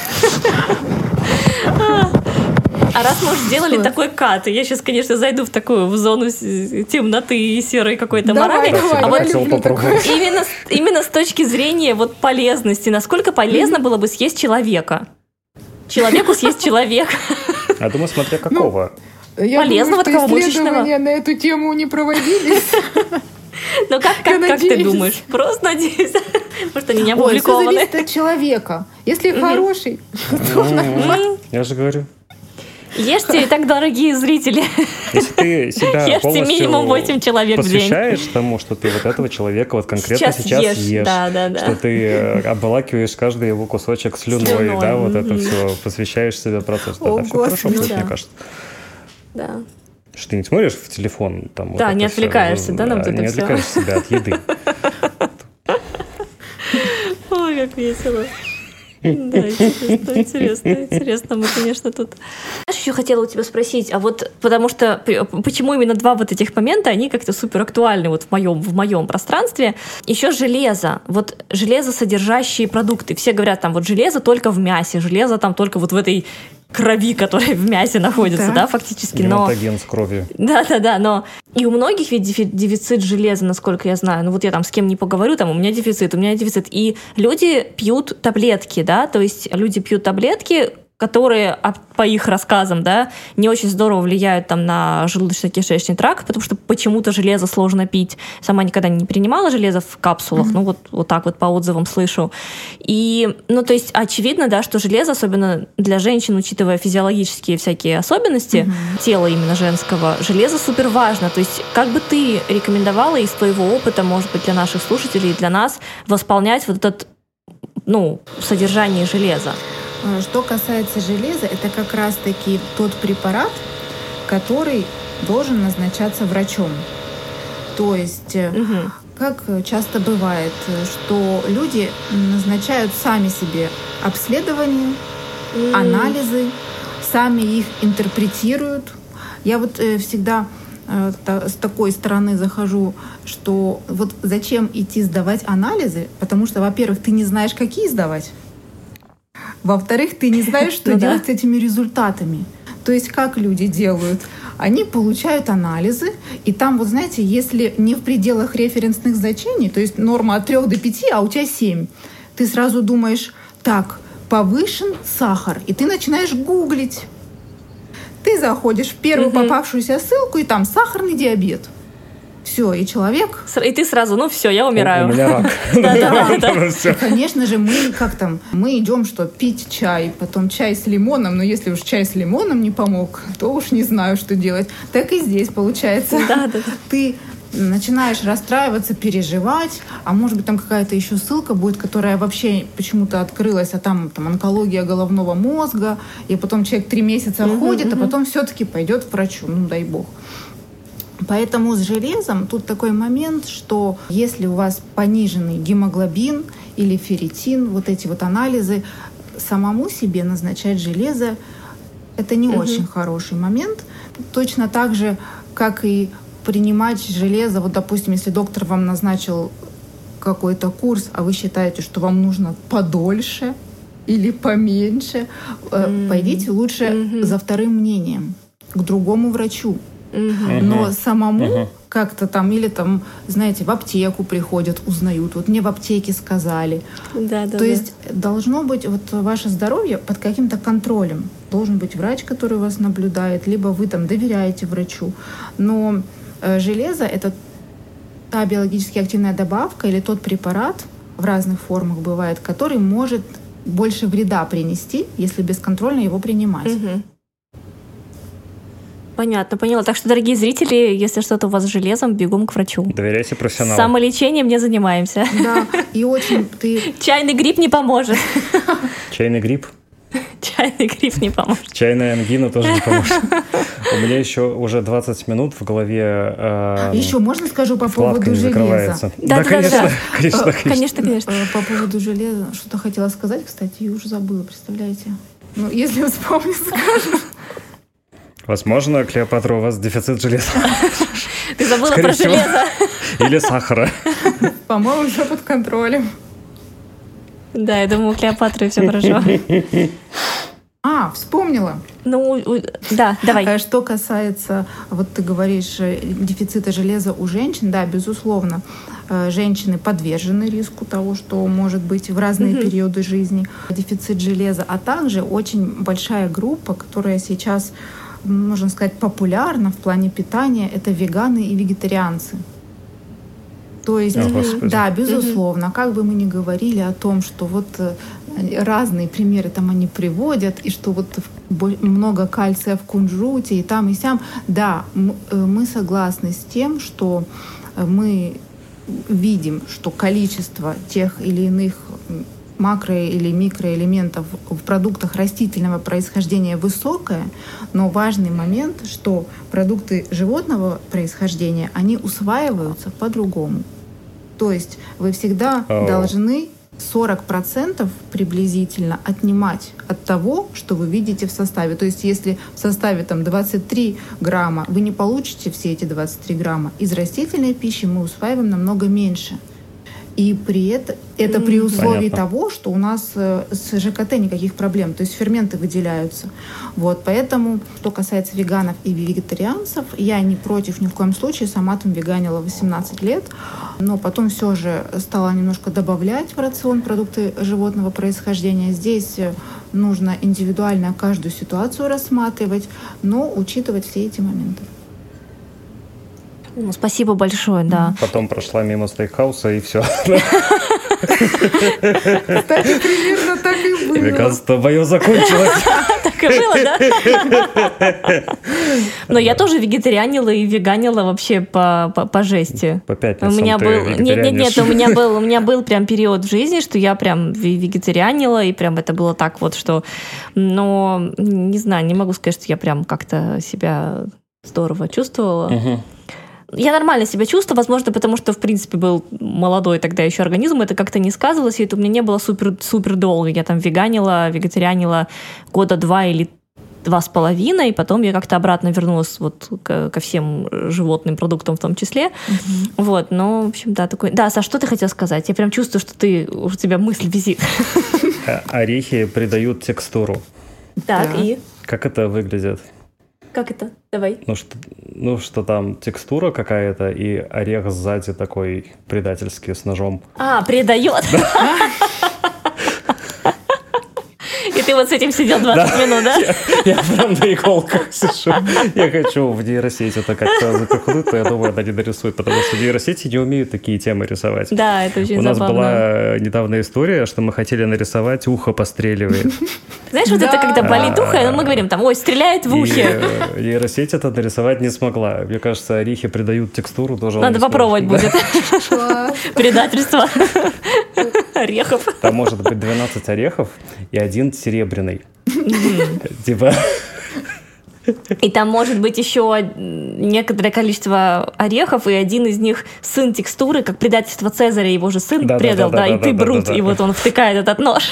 А раз мы уже сделали что? Такой кат, я сейчас, конечно, зайду в такую в зону темноты и серой какой-то давай, морали. Давай, а вот именно, именно с точки зрения вот полезности, насколько полезно было бы съесть человека? Человеку съесть человека. Я думаю, смотря какого. Ну, я полезного думаю, такого мышечного. Исследования на эту тему не проводились. Ну как, как, как ты думаешь? Просто надеюсь. Может, они не опубликованы. Ой, все зависит от человека. Если хороший, то нормально. Я же говорю. Ешьте, так, дорогие зрители. Если ты себя Ешьте полностью минимум восемь человек в день. Посвящаешь тому, что ты вот этого человека вот конкретно сейчас, сейчас ешь, ешь да, да, да. что ты обволакиваешь каждый его кусочек слюной, слюной. Да, вот mm-hmm. это все, посвящаешь себе процессу. Тогда все хорошо будет, да. мне кажется. Да. Что ты не смотришь в телефон? Там, да, вот не отвлекаешься, все, да, на вот это не все? Не отвлекаешь себя от еды. Ой, как весело. Да, интересно, интересно, интересно. Мы, конечно, тут... Знаешь, еще хотела у тебя спросить, а вот потому что почему именно два вот этих момента, они как-то супер актуальны вот в моем, в моем пространстве. Еще железо, вот железосодержащие продукты. Все говорят, там вот железо только в мясе, железо там только вот в этой крови, которая в мясе находится, да, да фактически. Гематоген с кровью. Да-да-да, но и у многих ведь дефицит железа, насколько я знаю. Ну вот я там с кем не поговорю, там у меня дефицит, у меня дефицит. И люди пьют таблетки, да, то есть люди пьют таблетки, которые, по их рассказам, да, не очень здорово влияют там на желудочно-кишечный тракт, потому что почему-то железо сложно пить. Сама никогда не принимала железо в капсулах, mm-hmm. ну вот, вот так вот по отзывам слышу. И, ну, то есть очевидно, да, что железо, особенно для женщин, учитывая физиологические всякие особенности mm-hmm. тела именно женского, железо супер важно. То есть как бы ты рекомендовала из твоего опыта, может быть, для наших слушателей, для нас, восполнять вот этот, ну, содержание железа? Что касается железа, это как раз-таки тот препарат, который должен назначаться врачом. То есть, угу. как часто бывает, что люди назначают сами себе обследования, mm. анализы, сами их интерпретируют. Я вот э, всегда э, та, с такой стороны захожу, что вот зачем идти сдавать анализы, потому что, во-первых, ты не знаешь, какие сдавать. Во-вторых, ты не знаешь, что ну, делать да. с этими результатами. То есть как люди делают? Они получают анализы, и там, вот знаете, если не в пределах референсных значений, то есть норма от трёх до пяти, а у тебя семь, ты сразу думаешь, так, повышен сахар, и ты начинаешь гуглить. Ты заходишь в первую угу. попавшуюся ссылку, и там сахарный диабет. Все, и человек... И ты сразу, ну все, я умираю. У меня рак. Да-да-да. Конечно же, мы как там, мы идем, что пить чай, потом чай с лимоном, но если уж чай с лимоном не помог, то уж не знаю, что делать. Так и здесь получается. Да-да. Ты начинаешь расстраиваться, переживать, а может быть там какая-то еще ссылка будет, которая вообще почему-то открылась, а там, там онкология головного мозга, и потом человек три месяца угу, ходит, угу. а потом все-таки пойдет к врачу, ну дай бог. Поэтому с железом тут такой момент, что если у вас пониженный гемоглобин или ферритин, вот эти вот анализы, самому себе назначать железо — это не угу. очень хороший момент. Точно так же, как и принимать железо, вот, допустим, если доктор вам назначил какой-то курс, а вы считаете, что вам нужно подольше или поменьше, mm-hmm. пойдите лучше mm-hmm. за вторым мнением к другому врачу. Mm-hmm. Но самому mm-hmm. как-то там, или там, знаете, в аптеку приходят, узнают. Вот мне в аптеке сказали. Да, да, То да. есть должно быть вот ваше здоровье под каким-то контролем. Должен быть врач, который вас наблюдает, либо вы там доверяете врачу. Но э, железо — это та биологически активная добавка или тот препарат, в разных формах бывает, который может больше вреда принести, если бесконтрольно его принимать. Угу. Понятно, поняла. Так что, дорогие зрители, если что-то у вас с железом, бегом к врачу. Доверяйте профессионалу. Самолечением не занимаемся. Да, и очень ты... Чайный гриб не поможет. Чайный гриб? Чайный гриб не поможет. Чайная ангина тоже не поможет. У меня еще уже двадцать минут в голове. Э, еще можно скажу по поводу железа? Да, да, конечно, да. конечно, конечно, конечно, конечно. По поводу железа, что-то хотела сказать, кстати, и уже забыла, представляете? Ну, если вспомню, скажу. Возможно, Клеопатра, у вас дефицит железа. Ты забыла Скорее про всего. Железо. Или сахара. По-моему, все под контролем. Да, я думаю, у Клеопатры все хорошо. А, вспомнила. Ну, да, давай. Что касается, вот ты говоришь, дефицита железа у женщин, да, безусловно, женщины подвержены риску того, что может быть в разные mm-hmm. периоды жизни дефицит железа, а также очень большая группа, которая сейчас, можно сказать, популярна в плане питания, это веганы и вегетарианцы. То есть, О, да, безусловно, mm-hmm. как бы мы ни говорили о том, что вот разные примеры там они приводят, и что вот много кальция в кунжуте, и там, и сям, да, мы согласны с тем, что мы видим, что количество тех или иных макро- или микроэлементов в продуктах растительного происхождения высокое, но важный момент, что продукты животного происхождения, они усваиваются по-другому. То есть вы всегда oh. должны сорок процентов приблизительно отнимать от того, что вы видите в составе. То есть если в составе там двадцать три грамма, вы не получите все эти двадцать три грамма. Из растительной пищи мы усваиваем намного меньше. И при этом это при условии Понятно. того, что у нас с ЖКТ никаких проблем, то есть ферменты выделяются. Вот, поэтому, что касается веганов и вегетарианцев, я не против ни в коем случае, сама там веганила восемнадцать лет, но потом все же стала немножко добавлять в рацион продукты животного происхождения. Здесь нужно индивидуально каждую ситуацию рассматривать, но учитывать все эти моменты. Ну, спасибо большое, да. Потом прошла мимо стейкхауса и все. Кстати, примерно так и было. Веганство мое закончилось. Так и было, да? Но я тоже вегетарианила и веганила вообще по, по, по жести. По пятницам у меня ты был, нет, нет, нет, у меня был, у меня был прям период в жизни, что я прям вегетарианила, и прям это было так вот, что, но не знаю, не могу сказать, что я прям как-то себя здорово чувствовала. Угу. Я нормально себя чувствую, возможно, потому что, в принципе, был молодой тогда еще организм, это как-то не сказывалось, и это у меня не было супер, супер долго. Я там веганила, вегетарианила года два или два с половиной, и потом я как-то обратно вернулась вот ко, ко всем животным продуктам в том числе. Mm-hmm. Вот, но, в общем, да, такой... Да, Саш, что ты хотел сказать? Я прям чувствую, что ты, у тебя мысль висит. Орехи придают текстуру. Так, и? Как это выглядит? Как это? Давай. Ну что, ну, что там текстура какая-то, и орех сзади такой предательский с ножом. А, предает? И ты вот с этим сидел двадцать минут, да? Я прям на иголках сижу. Я хочу в нейросеть это как-то запихнуть, то я думаю, она не нарисует, потому что нейросети не умеют такие темы рисовать. Да, это очень забавно. У нас забавно. была недавно история, что мы хотели нарисовать ухо постреливает. Знаешь, вот это когда болит ухо, мы говорим там, ой, стреляет в ухе. И нейросеть это нарисовать не смогла. Мне кажется, орехи придают текстуру тоже. Надо попробовать будет. Предательство орехов. Там может быть двенадцать орехов и один серебряный. Типа... И там может быть еще некоторое количество орехов, и один из них сын текстуры, как предательство Цезаря, его же сын да, предал, да, да, да, и да, ты да, брут, да, да, и вот он втыкает этот нож.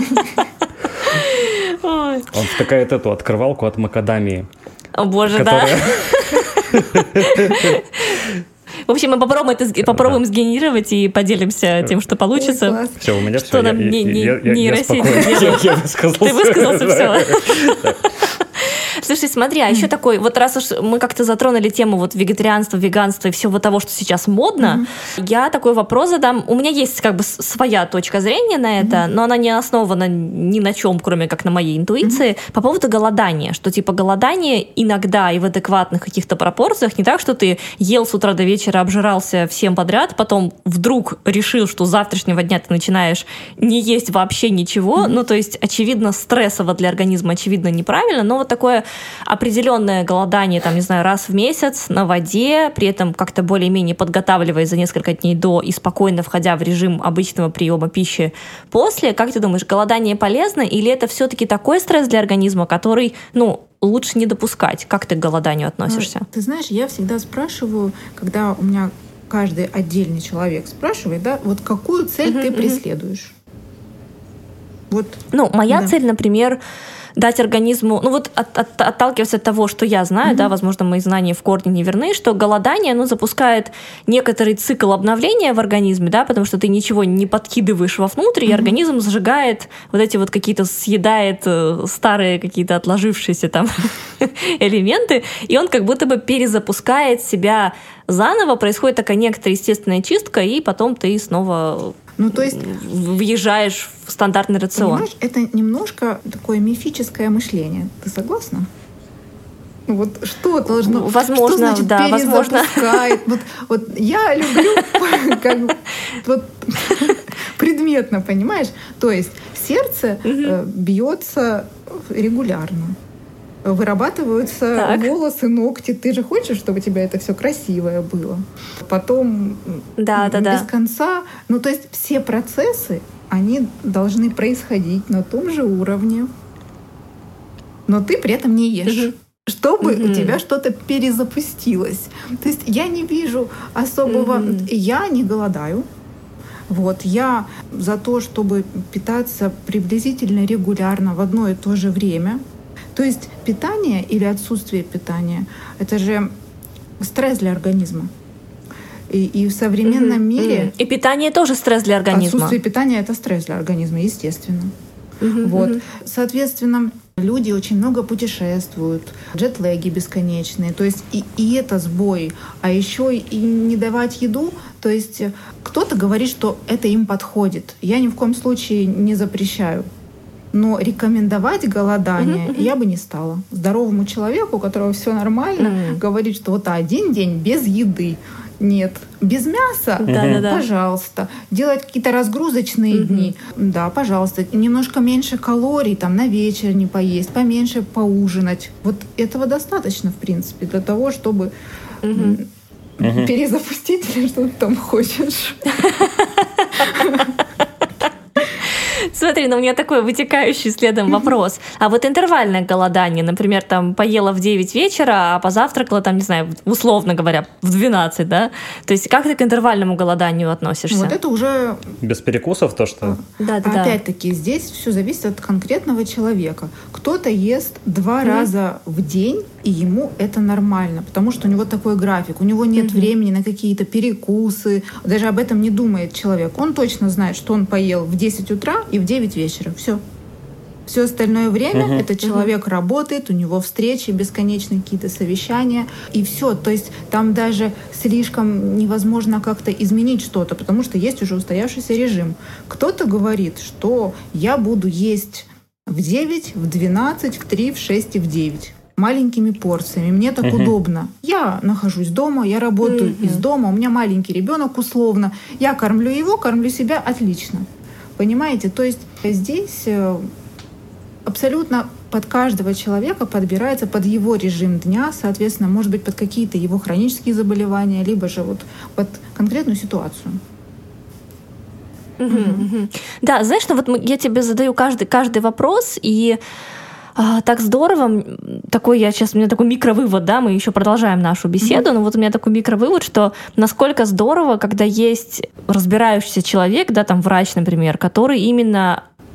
Он втыкает эту открывалку от макадамии. О боже, да. В общем, мы попробуем это попробуем сгенерировать и поделимся тем, что получится. Ой, все, у меня что все. нам я, не, не, я, я, нейросеть я, делает. я, я высказался. Ты высказался, все. Слушай, смотри, а еще такой, вот раз уж мы как-то затронули тему вот вегетарианства, веганства и всего того, что сейчас модно, mm-hmm. я такой вопрос задам. У меня есть как бы своя точка зрения на это, mm-hmm. но она не основана ни на чем, кроме как на моей интуиции, mm-hmm. по поводу голодания, что типа голодание иногда и в адекватных каких-то пропорциях, не так, что ты ел с утра до вечера, обжирался всем подряд, потом вдруг решил, что с завтрашнего дня ты начинаешь не есть вообще ничего, mm-hmm. ну то есть очевидно стрессово для организма, очевидно неправильно, но вот такое определенное голодание, там, не знаю, раз в месяц на воде, при этом как-то более-менее подготавливаясь за несколько дней до и спокойно входя в режим обычного приема пищи после. Как ты думаешь, голодание полезно или это все-таки такой стресс для организма, который, ну, лучше не допускать? Как ты к голоданию относишься? Ты знаешь, я всегда спрашиваю, когда у меня каждый отдельный человек спрашивает, да, вот какую цель uh-huh, ты uh-huh. преследуешь? Вот. Ну, моя да. цель, например, дать организму, ну вот от, от, отталкиваясь от того, что я знаю, mm-hmm. да, возможно, мои знания в корне не верны, что голодание, оно запускает некоторый цикл обновления в организме, да, потому что ты ничего не подкидываешь вовнутрь, mm-hmm. и организм сжигает вот эти вот какие-то, съедает старые какие-то отложившиеся там элементы, и он как будто бы перезапускает себя заново, происходит такая некоторая естественная чистка, и потом ты снова ну, то есть, въезжаешь в стандартный рацион. Понимаешь, это немножко такое мифическое мышление. Ты согласна? Вот что должно... Возможно, что значит да, возможно. Вот, вот я люблю как, вот, предметно, понимаешь? То есть сердце угу. бьется регулярно. Вырабатываются так. волосы, ногти. Ты же хочешь, чтобы у тебя это все красивое было. Потом да, да, без да. конца. Ну, то есть все процессы, они должны происходить на том же уровне. Но ты при этом не ешь. Угу. Чтобы угу. у тебя что-то перезапустилось. То есть я не вижу особого... Угу. Я не голодаю. Вот, я за то, чтобы питаться приблизительно регулярно в одно и то же время. То есть питание или отсутствие питания — это же стресс для организма. И, и в современном mm-hmm. мире... И питание тоже стресс для организма. Отсутствие питания — это стресс для организма, естественно. Mm-hmm. Вот. Mm-hmm. Соответственно, люди очень много путешествуют, джетлеги бесконечные. То есть и, и это сбой. А еще и не давать еду. То есть кто-то говорит, что это им подходит. Я ни в коем случае не запрещаю. Но рекомендовать голодание uh-huh, uh-huh. я бы не стала. Здоровому человеку, у которого все нормально, uh-huh. говорить, что вот один день без еды. Нет. Без мяса? Uh-huh. Пожалуйста. Делать какие-то разгрузочные uh-huh. дни? Да, пожалуйста. Немножко меньше калорий, там, на вечер не поесть, поменьше поужинать. Вот этого достаточно, в принципе, для того, чтобы uh-huh. Uh-huh. перезапустить или что ты там хочешь. Смотри, ну у меня такой вытекающий следом вопрос. А вот интервальное голодание, например, там поела в девять вечера, а позавтракала, там, не знаю, условно говоря, в двенадцать, да? То есть как ты к интервальному голоданию относишься? Вот это уже... Без перекусов то, что... Да, да, Опять-таки, да. Здесь все зависит от конкретного человека. Кто-то ест два mm-hmm. раза в день, и ему это нормально, потому что у него такой график, у него нет mm-hmm. времени на какие-то перекусы, даже об этом не думает человек. Он точно знает, что он поел в десять утра и в девять вечера. Все. Все остальное время uh-huh. этот человек uh-huh. работает, у него встречи, бесконечные какие-то совещания, и все. То есть там даже слишком невозможно как-то изменить что-то, потому что есть уже устоявшийся режим. Кто-то говорит, что я буду есть в девять, в двенадцать, в три, в шесть и в девять. Маленькими порциями. Мне так uh-huh. удобно. Я нахожусь дома, я работаю uh-huh. из дома, у меня маленький ребенок условно. Я кормлю его, кормлю себя отлично. Понимаете? То есть здесь абсолютно под каждого человека подбирается под его режим дня, соответственно, может быть, под какие-то его хронические заболевания, либо же вот под конкретную ситуацию. Угу, угу. Да, знаешь, ну вот я тебе задаю каждый, каждый вопрос, и а, так здорово, такой я сейчас, у меня такой микровывод, да, мы еще продолжаем нашу беседу, mm-hmm. но вот у меня такой микровывод, что насколько здорово, когда есть разбирающийся человек, да, там врач, например, который именно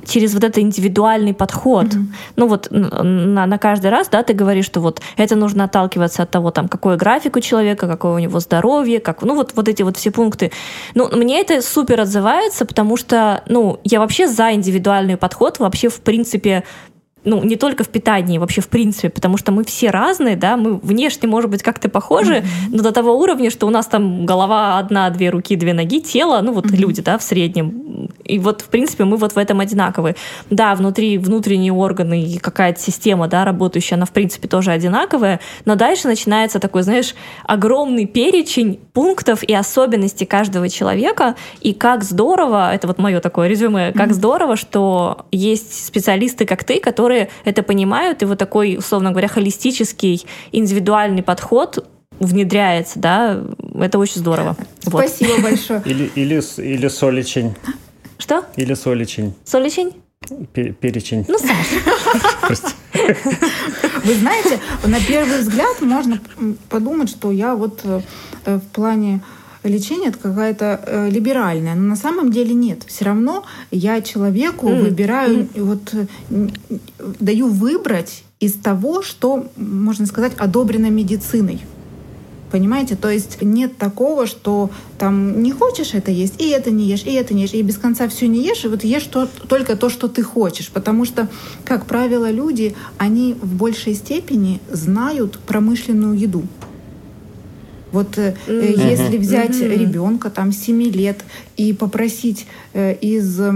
через вот этот индивидуальный подход. Mm-hmm. Ну вот на, на каждый раз, да, ты говоришь, что вот это нужно отталкиваться от того, там, какой график у человека, какое у него здоровье, как, ну вот, вот эти вот все пункты. Ну, мне это супер отзывается, потому что, ну, я вообще за индивидуальный подход, вообще, в принципе, ну, не только в питании, вообще в принципе, потому что мы все разные, да, мы внешне, может быть, как-то похожи, mm-hmm. но до того уровня, что у нас там голова одна, две руки, две ноги, тело, ну, вот mm-hmm. люди, да, в среднем. И вот, в принципе, мы вот в этом одинаковые. Да, внутри внутренние органы и какая-то система, да, работающая, она, в принципе, тоже одинаковая, но дальше начинается такой, знаешь, огромный перечень пунктов и особенностей каждого человека, и как здорово, это вот мое такое резюме, как mm-hmm. здорово, что есть специалисты, как ты, которые это понимают, и вот такой, условно говоря, холистический, индивидуальный подход внедряется, да, это очень здорово. Спасибо вот. большое. Или, или, или соличень. Что? Или соличень. Соличень? Перечень. Ну, Саша. Вы знаете, на первый взгляд можно подумать, что я вот в плане лечение это какая-то э, либеральная, но на самом деле нет. Все равно я человеку mm. выбираю, mm. вот э, даю выбрать из того, что, можно сказать, одобрено медициной. Понимаете? То есть нет такого, что там не хочешь это есть, и это не ешь, и это не ешь, и без конца все не ешь, и вот ешь то, только то, что ты хочешь. Потому что, как правило, люди, они в большей степени знают промышленную еду. Вот mm-hmm. если взять mm-hmm. ребенка там семи лет и попросить э, из э,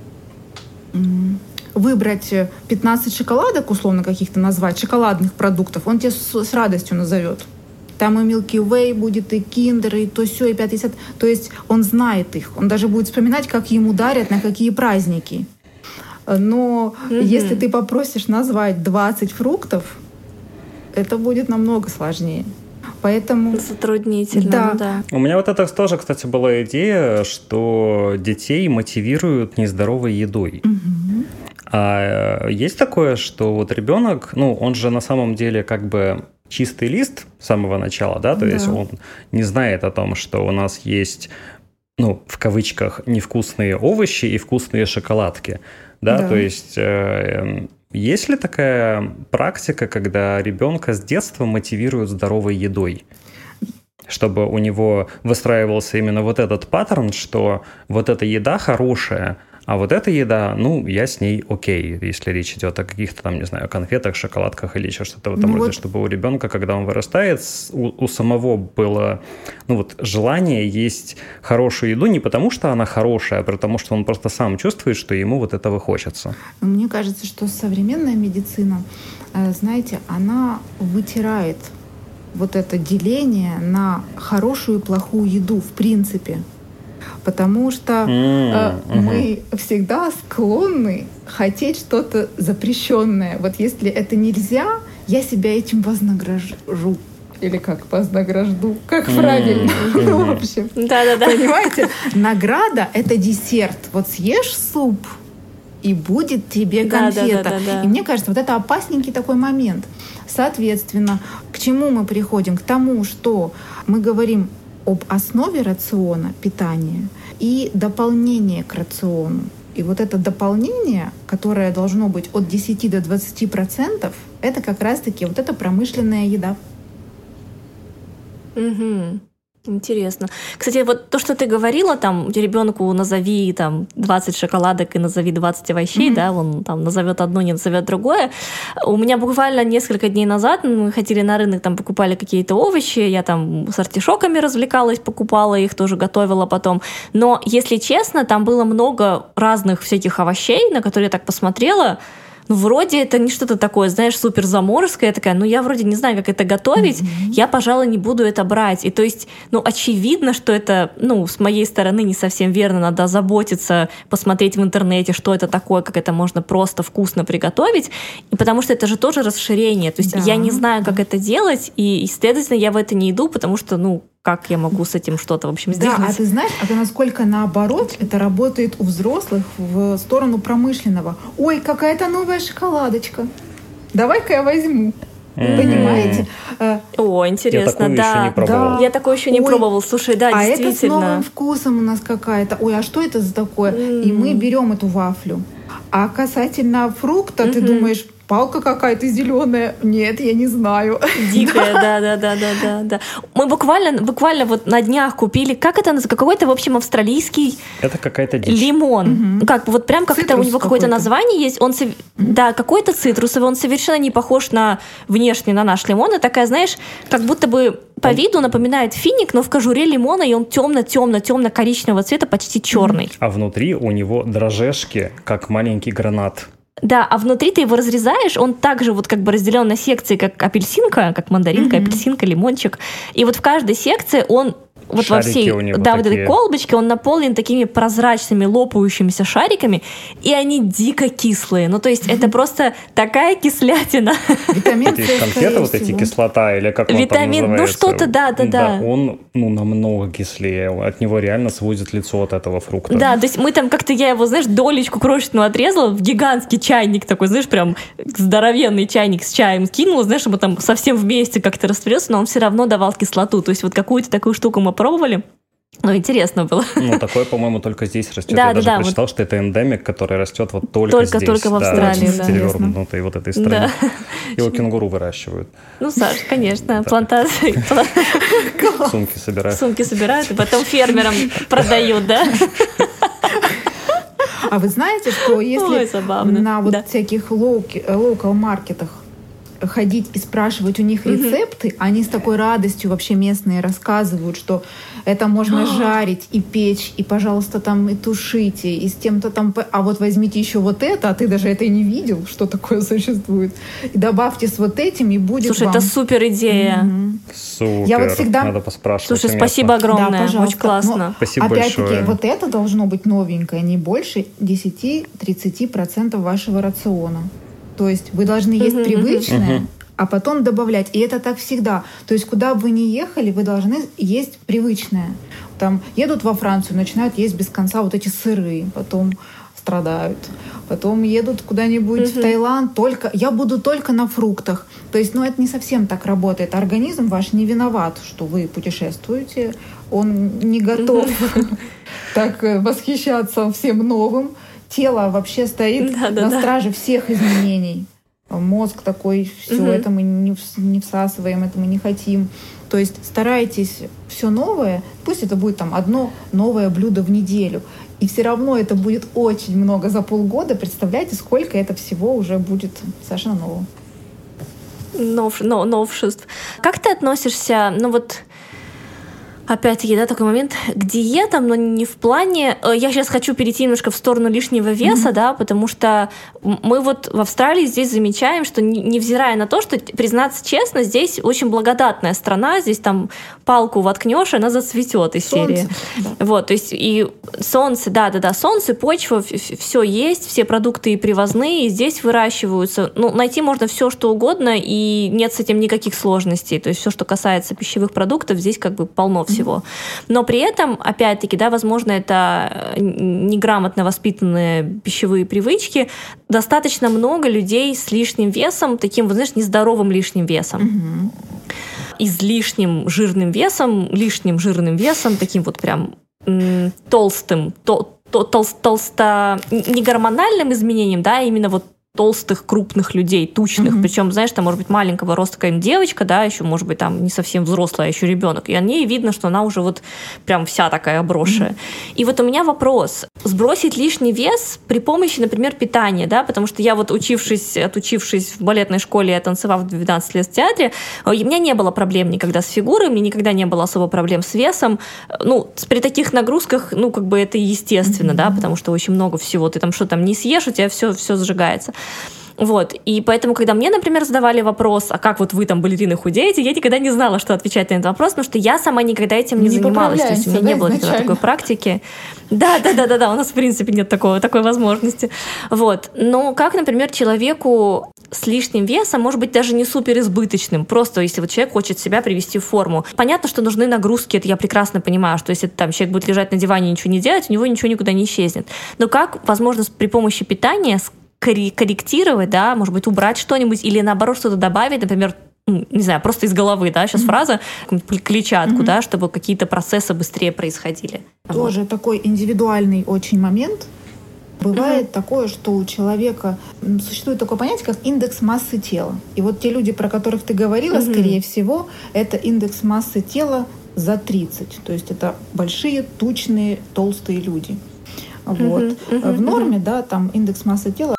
выбрать пятнадцать шоколадок, условно каких-то назвать, шоколадных продуктов, он тебе с, с радостью назовет. Там и Milky Way будет, и Kinder, и то сё, и пятый, десятый. То есть он знает их. Он даже будет вспоминать, как ему дарят, на какие праздники. Но mm-hmm. если ты попросишь назвать двадцать фруктов, это будет намного сложнее. Поэтому... Затруднительно, да. Ну, да. У меня вот это тоже, кстати, была идея, что детей мотивируют нездоровой едой. Угу. А есть такое, что вот ребенок, ну, он же на самом деле как бы чистый лист с самого начала, да, то да. есть он не знает о том, что у нас есть, ну, в кавычках, невкусные овощи и вкусные шоколадки, да, да. то есть... Э, Есть ли такая практика, когда ребенка с детства мотивируют здоровой едой? Чтобы у него выстраивался именно вот этот паттерн, что вот эта еда хорошая, а вот эта еда, ну, я с ней окей, если речь идет о каких-то там, не знаю, конфетах, шоколадках или еще что-то в этом ну роде, вот... чтобы у ребенка, когда он вырастает, у, у самого было, ну, вот, желание есть хорошую еду не потому, что она хорошая, а потому, что он просто сам чувствует, что ему вот этого хочется. Мне кажется, что современная медицина, знаете, она вытирает вот это деление на хорошую и плохую еду в принципе. Потому что mm, э, uh-huh. мы всегда склонны хотеть что-то запрещенное. Вот если это нельзя, я себя этим вознагражу. Или как вознагражду, как mm, правильно. Mm-hmm. Ну, в общем, да-да-да. Понимаете? Награда — это десерт. Вот съешь суп, и будет тебе конфета. Да, да, да, да. И мне кажется, вот это опасненький такой момент. Соответственно, к чему мы приходим? К тому, что мы говорим об основе рациона питания и дополнение к рациону. И вот это дополнение, которое должно быть от десяти до двадцати процентов, это как раз-таки вот эта промышленная еда. Угу. Интересно. Кстати, вот то, что ты говорила, там, ребенку назови там двадцать шоколадок и назови двадцать овощей, mm-hmm. да, он там назовет одно, не назовет другое. У меня буквально несколько дней назад мы ходили на рынок, там покупали какие-то овощи, я там с артишоками развлекалась, покупала их, тоже готовила потом. Но, если честно, там было много разных всяких овощей, на которые я так посмотрела. Ну, вроде это не что-то такое, знаешь, супер заморское, такая, ну, я вроде не знаю, как это готовить, mm-hmm. я, пожалуй, не буду это брать. И то есть, ну, очевидно, что это, ну, с моей стороны не совсем верно, надо озаботиться, посмотреть в интернете, что это такое, как это можно просто вкусно приготовить, и потому что это же тоже расширение, то есть да. я не знаю, как это делать, и, и, следовательно, я в это не иду, потому что, ну, как я могу с этим что-то, в общем, сделать? Да, а ты знаешь, а ты насколько наоборот это работает у взрослых в сторону промышленного. Ой, какая-то новая шоколадочка. Давай-ка я возьму. Mm-hmm. Понимаете? О, интересно, я да. Еще не пробовал. Да. Я такое еще не Ой, пробовал. Слушай, да, а действительно. А это с новым вкусом у нас какая-то. Ой, а что это за такое? Mm-hmm. И мы берем эту вафлю. А касательно фрукта, mm-hmm. ты думаешь, палка какая-то зеленая. Нет, я не знаю. Дикая, да, да, да, да, да, да. Мы буквально, буквально вот на днях купили, как это называется, какой-то, в общем, австралийский. Это какая-то дичь. Лимон. Угу. Как вот прям как это у него какое-то название есть. Он, угу. да, какой-то цитрусовый. Он совершенно не похож на внешне на наш лимон. Это такая, знаешь, как будто бы по виду напоминает финик, но в кожуре лимона, и он темно-темно-темно-коричневого цвета, почти черный. А внутри у него дрожжешки, как маленький гранат. Да, а внутри ты его разрезаешь, он также вот как бы разделен на секции, как апельсинка, как мандаринка, mm-hmm. апельсинка, лимончик. И вот в каждой секции он вот шарики во всей, у него да, такие. Вот этой колбочке он наполнен такими прозрачными лопающимися шариками, и они дико кислые. Ну, то есть это просто такая кислятина. Витамин С. Это конфеты вот эти, кислота, или как он Витамин, там называется? Ну, что-то, да, да, да. Да, он, ну, намного кислее. От него реально сводит лицо от этого фрукта. Да, то есть мы там как-то, я его, знаешь, долечку крошечную отрезала, в гигантский чайник такой, знаешь, прям здоровенный чайник с чаем кинула, знаешь, чтобы там совсем вместе как-то растворился, но он все равно давал кислоту. То есть вот какую-то такую штуку мы пробовали. Ну, интересно было. Ну, такое, по-моему, только здесь растет. Да, Я да, даже да, прочитал, вот. что это эндемик, который растет вот только, только здесь. Только в Австралии, да. да. Перевернутой вот этой стране. Да. Его кенгуру выращивают. Ну, Саш, конечно, плантации. Сумки собирают. Сумки собирают, и потом фермерам продают, да? А вы знаете, что если Ой, на вот да. всяких локал-маркетах ходить и спрашивать у них рецепты, mm-hmm. они с такой радостью вообще местные рассказывают, что это можно жарить и печь, и, пожалуйста, там и тушите, и с тем-то там... А вот возьмите еще вот это, а ты даже это и не видел, что такое существует. И добавьте с вот этим, и будет Слушай, вам... это супер идея. Mm-hmm. Супер. Я вот всегда... Надо поспрашивать. Слушай, спасибо огромное. Да, очень классно. Но, спасибо опять-таки, большое. вот это должно быть новенькое, не больше десять-тридцать процентов вашего рациона. То есть вы должны есть uh-huh, привычное, uh-huh. а потом добавлять. И это так всегда. То есть куда бы вы ни ехали, вы должны есть привычное. Там едут во Францию, начинают есть без конца вот эти сыры, потом страдают. Потом едут куда-нибудь uh-huh. в Таиланд, только я буду только на фруктах. То есть, ну, это не совсем так работает. Организм ваш не виноват, что вы путешествуете. Он не готов uh-huh. так восхищаться всем новым. Тело вообще стоит да, да, на да. страже всех изменений. Мозг такой, все угу. это мы не, не всасываем, это мы не хотим. То есть старайтесь все новое, пусть это будет там одно новое блюдо в неделю. И все равно это будет очень много за полгода. Представляете, сколько это всего уже будет совершенно нового. Нов, но, новшеств. Как ты относишься, ну вот... Опять-таки, да, такой момент к диетам, но не в плане... Я сейчас хочу перейти немножко в сторону лишнего веса, mm-hmm. да, потому что мы вот в Австралии здесь замечаем, что невзирая на то, что, признаться честно, здесь очень благодатная страна, здесь там палку воткнешь, она зацветет из солнце, серии. Да. Вот, то есть и солнце, да-да-да, солнце, почва, все есть, все продукты и привозные, и здесь выращиваются. Ну, найти можно все, что угодно, и нет с этим никаких сложностей. То есть все, что касается пищевых продуктов, здесь как бы полно всего. Всего. Но при этом, опять-таки, да, возможно, это неграмотно воспитанные пищевые привычки. Достаточно много людей с лишним весом, таким, вот, знаешь, нездоровым лишним весом. Mm-hmm. Излишним жирным весом, лишним жирным весом, таким вот прям м- толстым, то, то, тол- толсто... не гормональным изменением, да, а именно вот толстых, крупных людей, тучных, mm-hmm. причем, знаешь, там может быть маленького роста какая-нибудь девочка, да, еще может быть там не совсем взрослая, а еще ребенок, и о ней видно, что она уже вот прям вся такая обросшая. Mm-hmm. И вот у меня вопрос: сбросить лишний вес при помощи, например, питания, да, потому что я вот учившись, отучившись в балетной школе, я танцевав в двенадцать лет в театре, у меня не было проблем никогда с фигурой, мне никогда не было особо проблем с весом, ну, при таких нагрузках, ну, как бы это естественно, mm-hmm. да, потому что очень много всего, ты там что там не съешь, у тебя все, все сжигается. Вот, и поэтому, когда мне, например, задавали вопрос, а как вот вы там, балерины, худеете, я никогда не знала, что отвечать на этот вопрос, потому что я сама никогда этим не, не занималась, то есть у меня да, не было никогда такой практики. Да, да, да, да, да, у нас в принципе нет такого, такой возможности. Вот, но как, например, человеку с лишним весом, может быть, даже не суперизбыточным, просто если вот человек хочет себя привести в форму. Понятно, что нужны нагрузки, это я прекрасно понимаю, что если там человек будет лежать на диване и ничего не делать, у него ничего никуда не исчезнет. Но как, возможно, при помощи питания корректировать, да, может быть, убрать что-нибудь или, наоборот, что-то добавить, например, не знаю, просто из головы, да, сейчас mm-hmm. фраза, клетчатку, mm-hmm. да, чтобы какие-то процессы быстрее происходили. Тоже вот. Такой индивидуальный очень момент. Бывает mm-hmm. такое, что у человека существует такое понятие, как индекс массы тела. И вот те люди, про которых ты говорила, mm-hmm. скорее всего, это индекс массы тела за тридцать. То есть это большие, тучные, толстые люди. Mm-hmm. Вот. Mm-hmm. В норме, да, там индекс массы тела.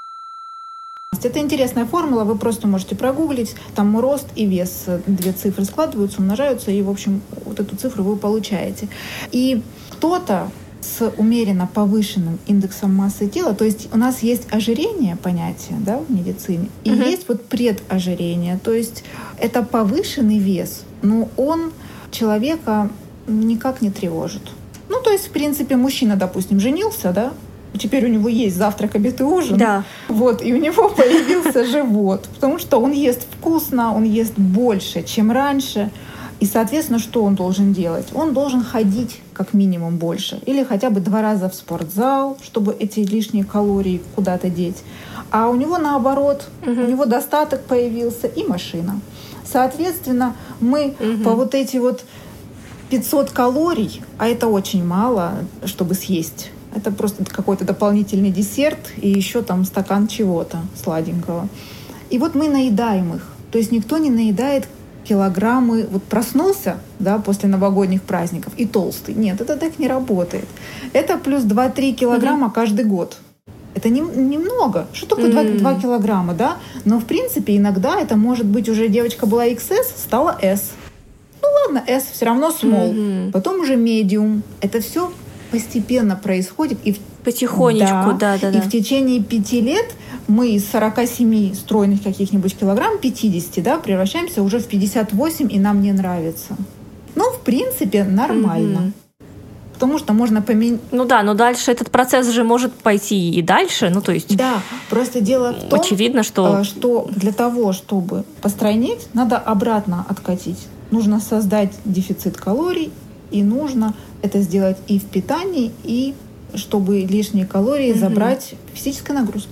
Это интересная формула, вы просто можете прогуглить. Там рост и вес, две цифры складываются, умножаются, и, в общем, вот эту цифру вы получаете. И кто-то с умеренно повышенным индексом массы тела, то есть у нас есть ожирение, понятие, да, в медицине, и угу. есть вот предожирение, то есть это повышенный вес, но он человека никак не тревожит. Ну, то есть, в принципе, мужчина, допустим, женился, да, теперь у него есть завтрак, обед и ужин, да. вот, и у него появился живот, потому что он ест вкусно, он ест больше, чем раньше. И, соответственно, что он должен делать? Он должен ходить как минимум больше. Или хотя бы два раза в спортзал, чтобы эти лишние калории куда-то деть. А у него наоборот, угу. у него достаток появился и машина. Соответственно, мы угу. по вот эти вот пятьсот калорий, а это очень мало, чтобы съесть. Это просто какой-то дополнительный десерт и еще там стакан чего-то сладенького. И вот мы наедаем их. То есть никто не наедает килограммы, вот проснулся, да, после новогодних праздников и толстый. Нет, это так не работает. Это плюс два-три килограмма mm-hmm. каждый год. Это не, немного. Что такое mm-hmm. два килограмма, да? Но в принципе иногда это может быть уже девочка была икс эс, стала S. Ну ладно, S, все равно small. Mm-hmm. Потом уже medium. Это все постепенно происходит. И потихонечку, да, да, да. И в течение пяти лет мы из сорока семи стройных каких-нибудь килограмм, пятидесяти, да, превращаемся уже в пятьдесят восемь, и нам не нравится. Ну, в принципе, нормально. Mm-hmm. Потому что можно поменять... Ну да, но дальше этот процесс же может пойти и дальше, ну то есть... Да, просто дело в том, очевидно, что... что для того, чтобы постройнеть, надо обратно откатить. Нужно создать дефицит калорий, и нужно это сделать и в питании, и чтобы лишние калории mm-hmm. забрать физической нагрузкой.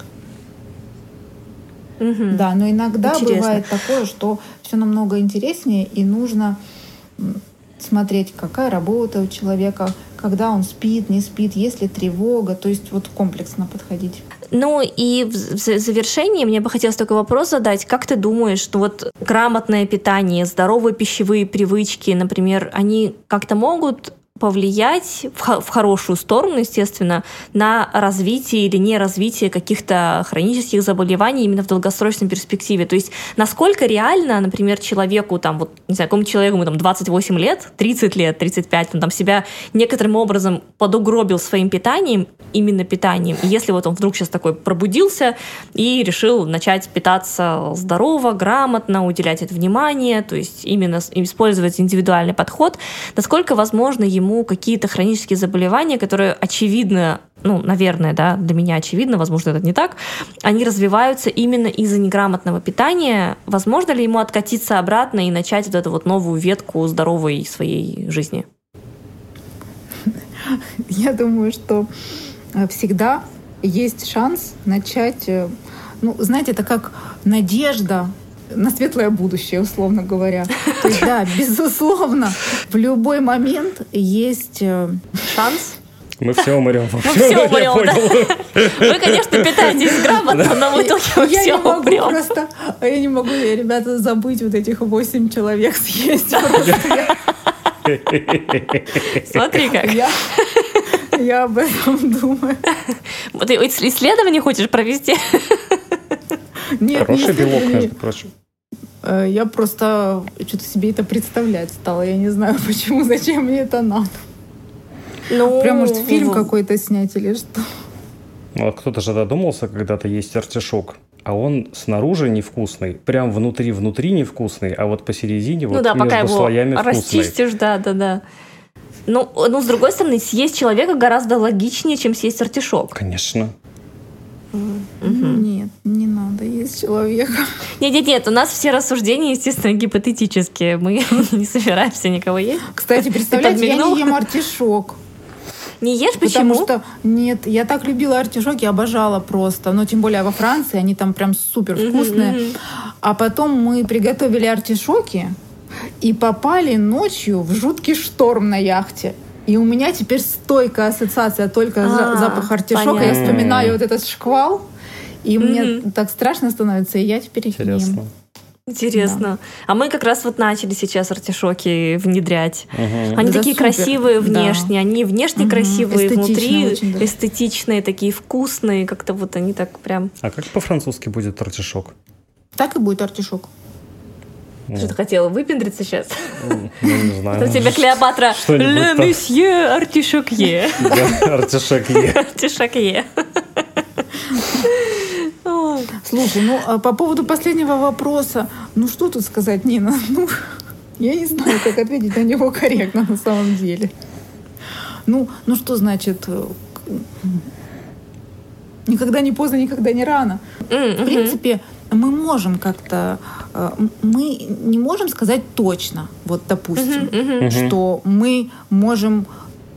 Mm-hmm. Да, но иногда Интересно. Бывает такое, что все намного интереснее, и нужно смотреть, какая работа у человека, когда он спит, не спит, есть ли тревога, то есть вот комплексно подходить. Ну и в завершении мне бы хотелось такой вопрос задать. Как ты думаешь, что вот грамотное питание, здоровые пищевые привычки, например, они как-то могут повлиять в, х- в хорошую сторону, естественно, на развитие или неразвитие каких-то хронических заболеваний именно в долгосрочной перспективе. То есть насколько реально, например, человеку, там, вот, не знаю, какому-то человеку ему там двадцать восемь лет, тридцать лет, тридцать пять, он там себя некоторым образом подугробил своим питанием, именно питанием. И если вот он вдруг сейчас такой пробудился и решил начать питаться здорово, грамотно, уделять это внимание, то есть именно использовать индивидуальный подход, насколько возможно ему какие-то хронические заболевания, которые очевидно, ну, наверное, да, для меня очевидно, возможно, это не так, они развиваются именно из-за неграмотного питания. Возможно ли ему откатиться обратно и начать вот эту вот новую ветку здоровой своей жизни? Я думаю, что всегда есть шанс начать, ну, знаете, это как надежда на светлое будущее, условно говоря. То есть, да, безусловно, в любой момент есть шанс. Мы все умрем. Мы все умрем, да. Вы, конечно, питаетесь грамотно, но в итоге мы все умрем. Просто, я не могу, ребята, забыть вот этих восемь человек съесть. Смотри как. Я, я об этом думаю. Ты исследование хочешь провести? Нет, Хороший не белок, между прочим. Я просто что-то себе это представлять стала. Я не знаю, почему, зачем мне это надо. Ну, прям, может, фильм какой-то снять или что? Ну, а кто-то же додумался когда-то есть артишок, а он снаружи невкусный, прям внутри-внутри невкусный, а вот посередине, ну, вот да, между пока его слоями вкусный. расчистишь, да, да, да. Ну, ну, с другой стороны, съесть человека гораздо логичнее, чем съесть артишок. Конечно. Угу. Нет, не надо есть человека. Нет-нет-нет, у нас все рассуждения, естественно, гипотетические. Мы не собираемся никого есть. Кстати, представляете, я не ем артишок. Не ешь? Почему? Потому что, нет, я так любила артишоки, обожала просто. Но тем более во Франции, они там прям супер вкусные. Uh-huh, uh-huh. А потом мы приготовили артишоки и попали ночью в жуткий шторм на яхте. И у меня теперь стойкая ассоциация только А, запах артишока. понятно. Я вспоминаю вот этот шквал, и мне Мгм. так страшно становится, и я теперь их Интересно. ем. Интересно. А мы как раз вот начали сейчас артишоки внедрять. Мгм. Они Да, такие супер. красивые Да. внешне, они внешне Мгм. красивые, Эстетичные внутри очень, да. эстетичные, такие вкусные, как-то вот они так прям... А как по-французски будет артишок? Так и будет артишок. Ну, Что ты хотела выпендриться сейчас? ну, не знаю. У тебя Клеопатра Что-нибудь «Le там. monsieur артишокье». Да, артишок е. Артишокье. Ой. Слушай, ну а по поводу последнего вопроса, ну что тут сказать, Нина? Ну, я не знаю, как ответить на него корректно на самом деле. Ну, ну что значит э, к- никогда не поздно, никогда не рано. М, В мгм. принципе, мы можем как-то, э, м- мы не можем сказать точно, вот допустим, Мгм, мгм. Мгм. что мы можем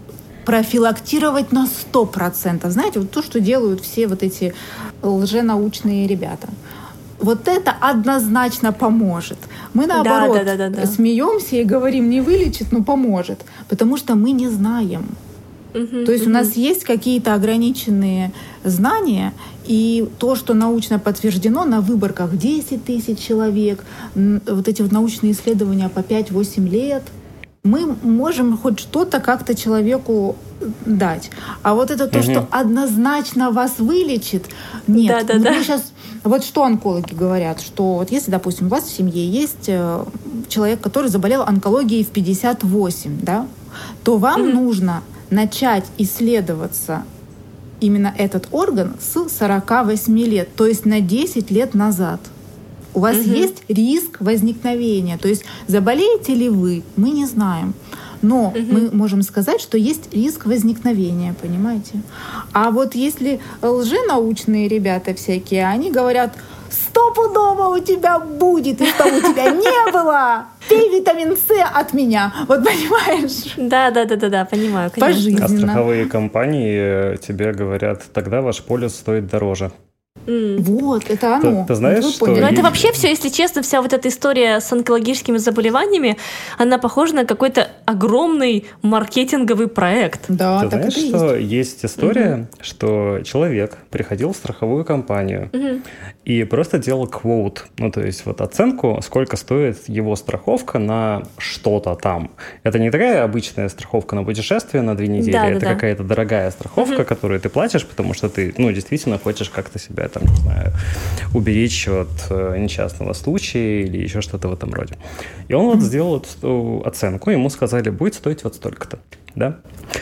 профилактировать на сто процентов. Знаете, вот то, что делают все вот эти лженаучные ребята. Вот это однозначно поможет. Мы Да, наоборот да, да, да, да. смеемся и говорим, не вылечит, но поможет. Потому что мы не знаем. Мгм, То есть у мгм. нас есть какие-то ограниченные знания, и то, что научно подтверждено на выборках десять тысяч человек, м, вот эти вот научные исследования по пять-восемь лет, мы можем хоть что-то как-то человеку дать. А вот это то, Мгм. что однозначно вас вылечит, нет. Да, да, да. Мы сейчас, вот что онкологи говорят, что вот если, допустим, у вас в семье есть э, человек, который заболел онкологией в пятьдесят восемь, да, то вам Мгм. нужно начать исследоваться именно этот орган с сорока восьми лет, то есть на десять лет назад. У вас Мгм. есть риск возникновения. То есть заболеете ли вы, мы не знаем. Но Мгм. мы можем сказать, что есть риск возникновения, понимаете? А вот если лженаучные ребята всякие, они говорят, стопудово у тебя будет, и что у тебя не было, пей витамин С от меня. Вот понимаешь? Да, да, да, да, да, понимаю, конечно. Пожизненно. А страховые компании э, тебе говорят, тогда ваш полис стоит дороже. М. Вот, это оно. Ты- ты знаешь, Вот вы что поняли. Но это И- вообще все, если честно, вся вот эта история с онкологическими заболеваниями, она похожа на какой-то огромный маркетинговый проект. Да, Ты так знаешь, это и что есть. есть история, что человек приходил в страховую компанию Мгм. и просто делал квоут, ну то есть вот оценку, сколько стоит его страховка на что-то там. Это не такая обычная страховка на путешествие на две недели, Да, да, это да. какая-то дорогая страховка, Мгм. которую ты платишь, потому что ты, ну действительно хочешь как-то себя там, не знаю, уберечь от э, несчастного случая или еще что-то в этом роде. И он вот сделал эту оценку, ему сказали, будет стоить вот столько-то, да?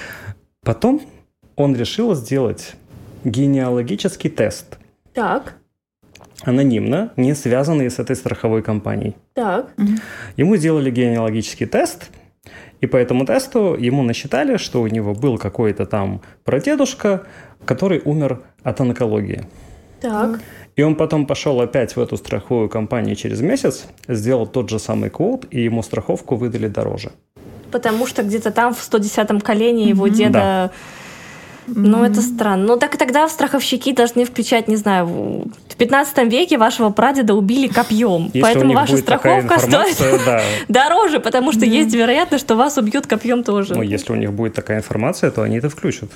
Потом он решил сделать генеалогический тест, Так, анонимно, не связанный с этой страховой компанией. так. Ему сделали генеалогический тест, и по этому тесту ему насчитали, что у него был какой-то там прадедушка, который умер от онкологии. Так. И он потом пошел опять в эту страховую компанию через месяц, сделал тот же самый квот, и ему страховку выдали дороже. Потому что где-то там в сто десятом колене его Мгм. деда... Да. Ну, Мгм. это странно. Ну, так и тогда страховщики должны включать, не знаю, в в пятнадцатом веке вашего прадеда убили копьем. Если у Поэтому них ваша будет такая страховка стоит информация, да. дороже, потому что есть вероятность, что вас убьют копьем тоже. Ну, если у них будет такая информация, то они это включат.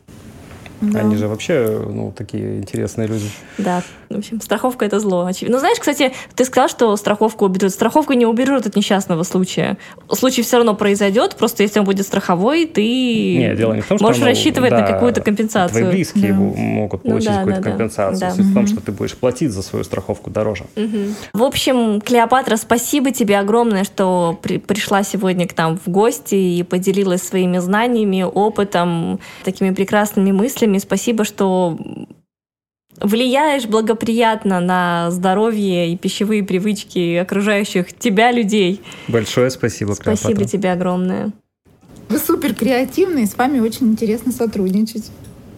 Да. Они же вообще, ну, такие интересные люди. Да, в общем, страховка — это зло, очевидно. Ну, знаешь, кстати, ты сказал, что страховку уберут. Страховку не уберут от несчастного случая. Случай все равно произойдет, просто если он будет страховой, ты Не, дело не в том, что можешь оно- рассчитывать на да, какую-то компенсацию. Твои близкие Да. бу- могут Ну получить да, какую-то да, да. компенсацию. Да. Суть в том, Мгм. что ты будешь платить за свою страховку дороже. Мгм. В общем, Клеопатра, спасибо тебе огромное, что при- пришла сегодня к нам в гости и поделилась своими знаниями, опытом, такими прекрасными мыслями. Спасибо, что влияешь благоприятно на здоровье и пищевые привычки окружающих тебя людей. Большое спасибо, Спасибо Клеопатра. тебе огромное. Вы супер креативные, с вами очень интересно сотрудничать.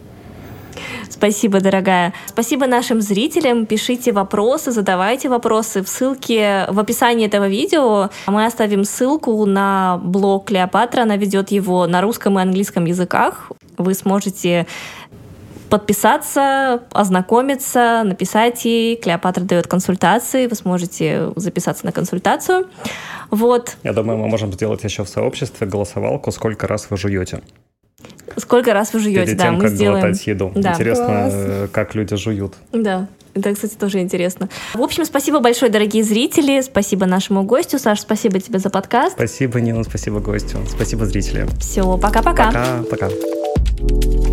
Спасибо, дорогая. Спасибо нашим зрителям. Пишите вопросы, задавайте вопросы в ссылке в описании этого видео. Мы оставим ссылку на блог Клеопатра. Она ведет его на русском и английском языках. Вы сможете подписаться, ознакомиться, написать ей. Клеопатра дает консультации, вы сможете записаться на консультацию. Вот. Я думаю, мы можем сделать еще в сообществе голосовалку, сколько раз вы жуете. Сколько раз вы жуете, Перед да, тем, мы как сделаем. глотать еду. Да. Интересно, Класс. как люди жуют. Да. Это, кстати, тоже интересно. В общем, спасибо большое, дорогие зрители. Спасибо нашему гостю. Саш, спасибо тебе за подкаст. Спасибо, Нина, спасибо гостю. Спасибо, зрители. Все, пока-пока. Пока-пока.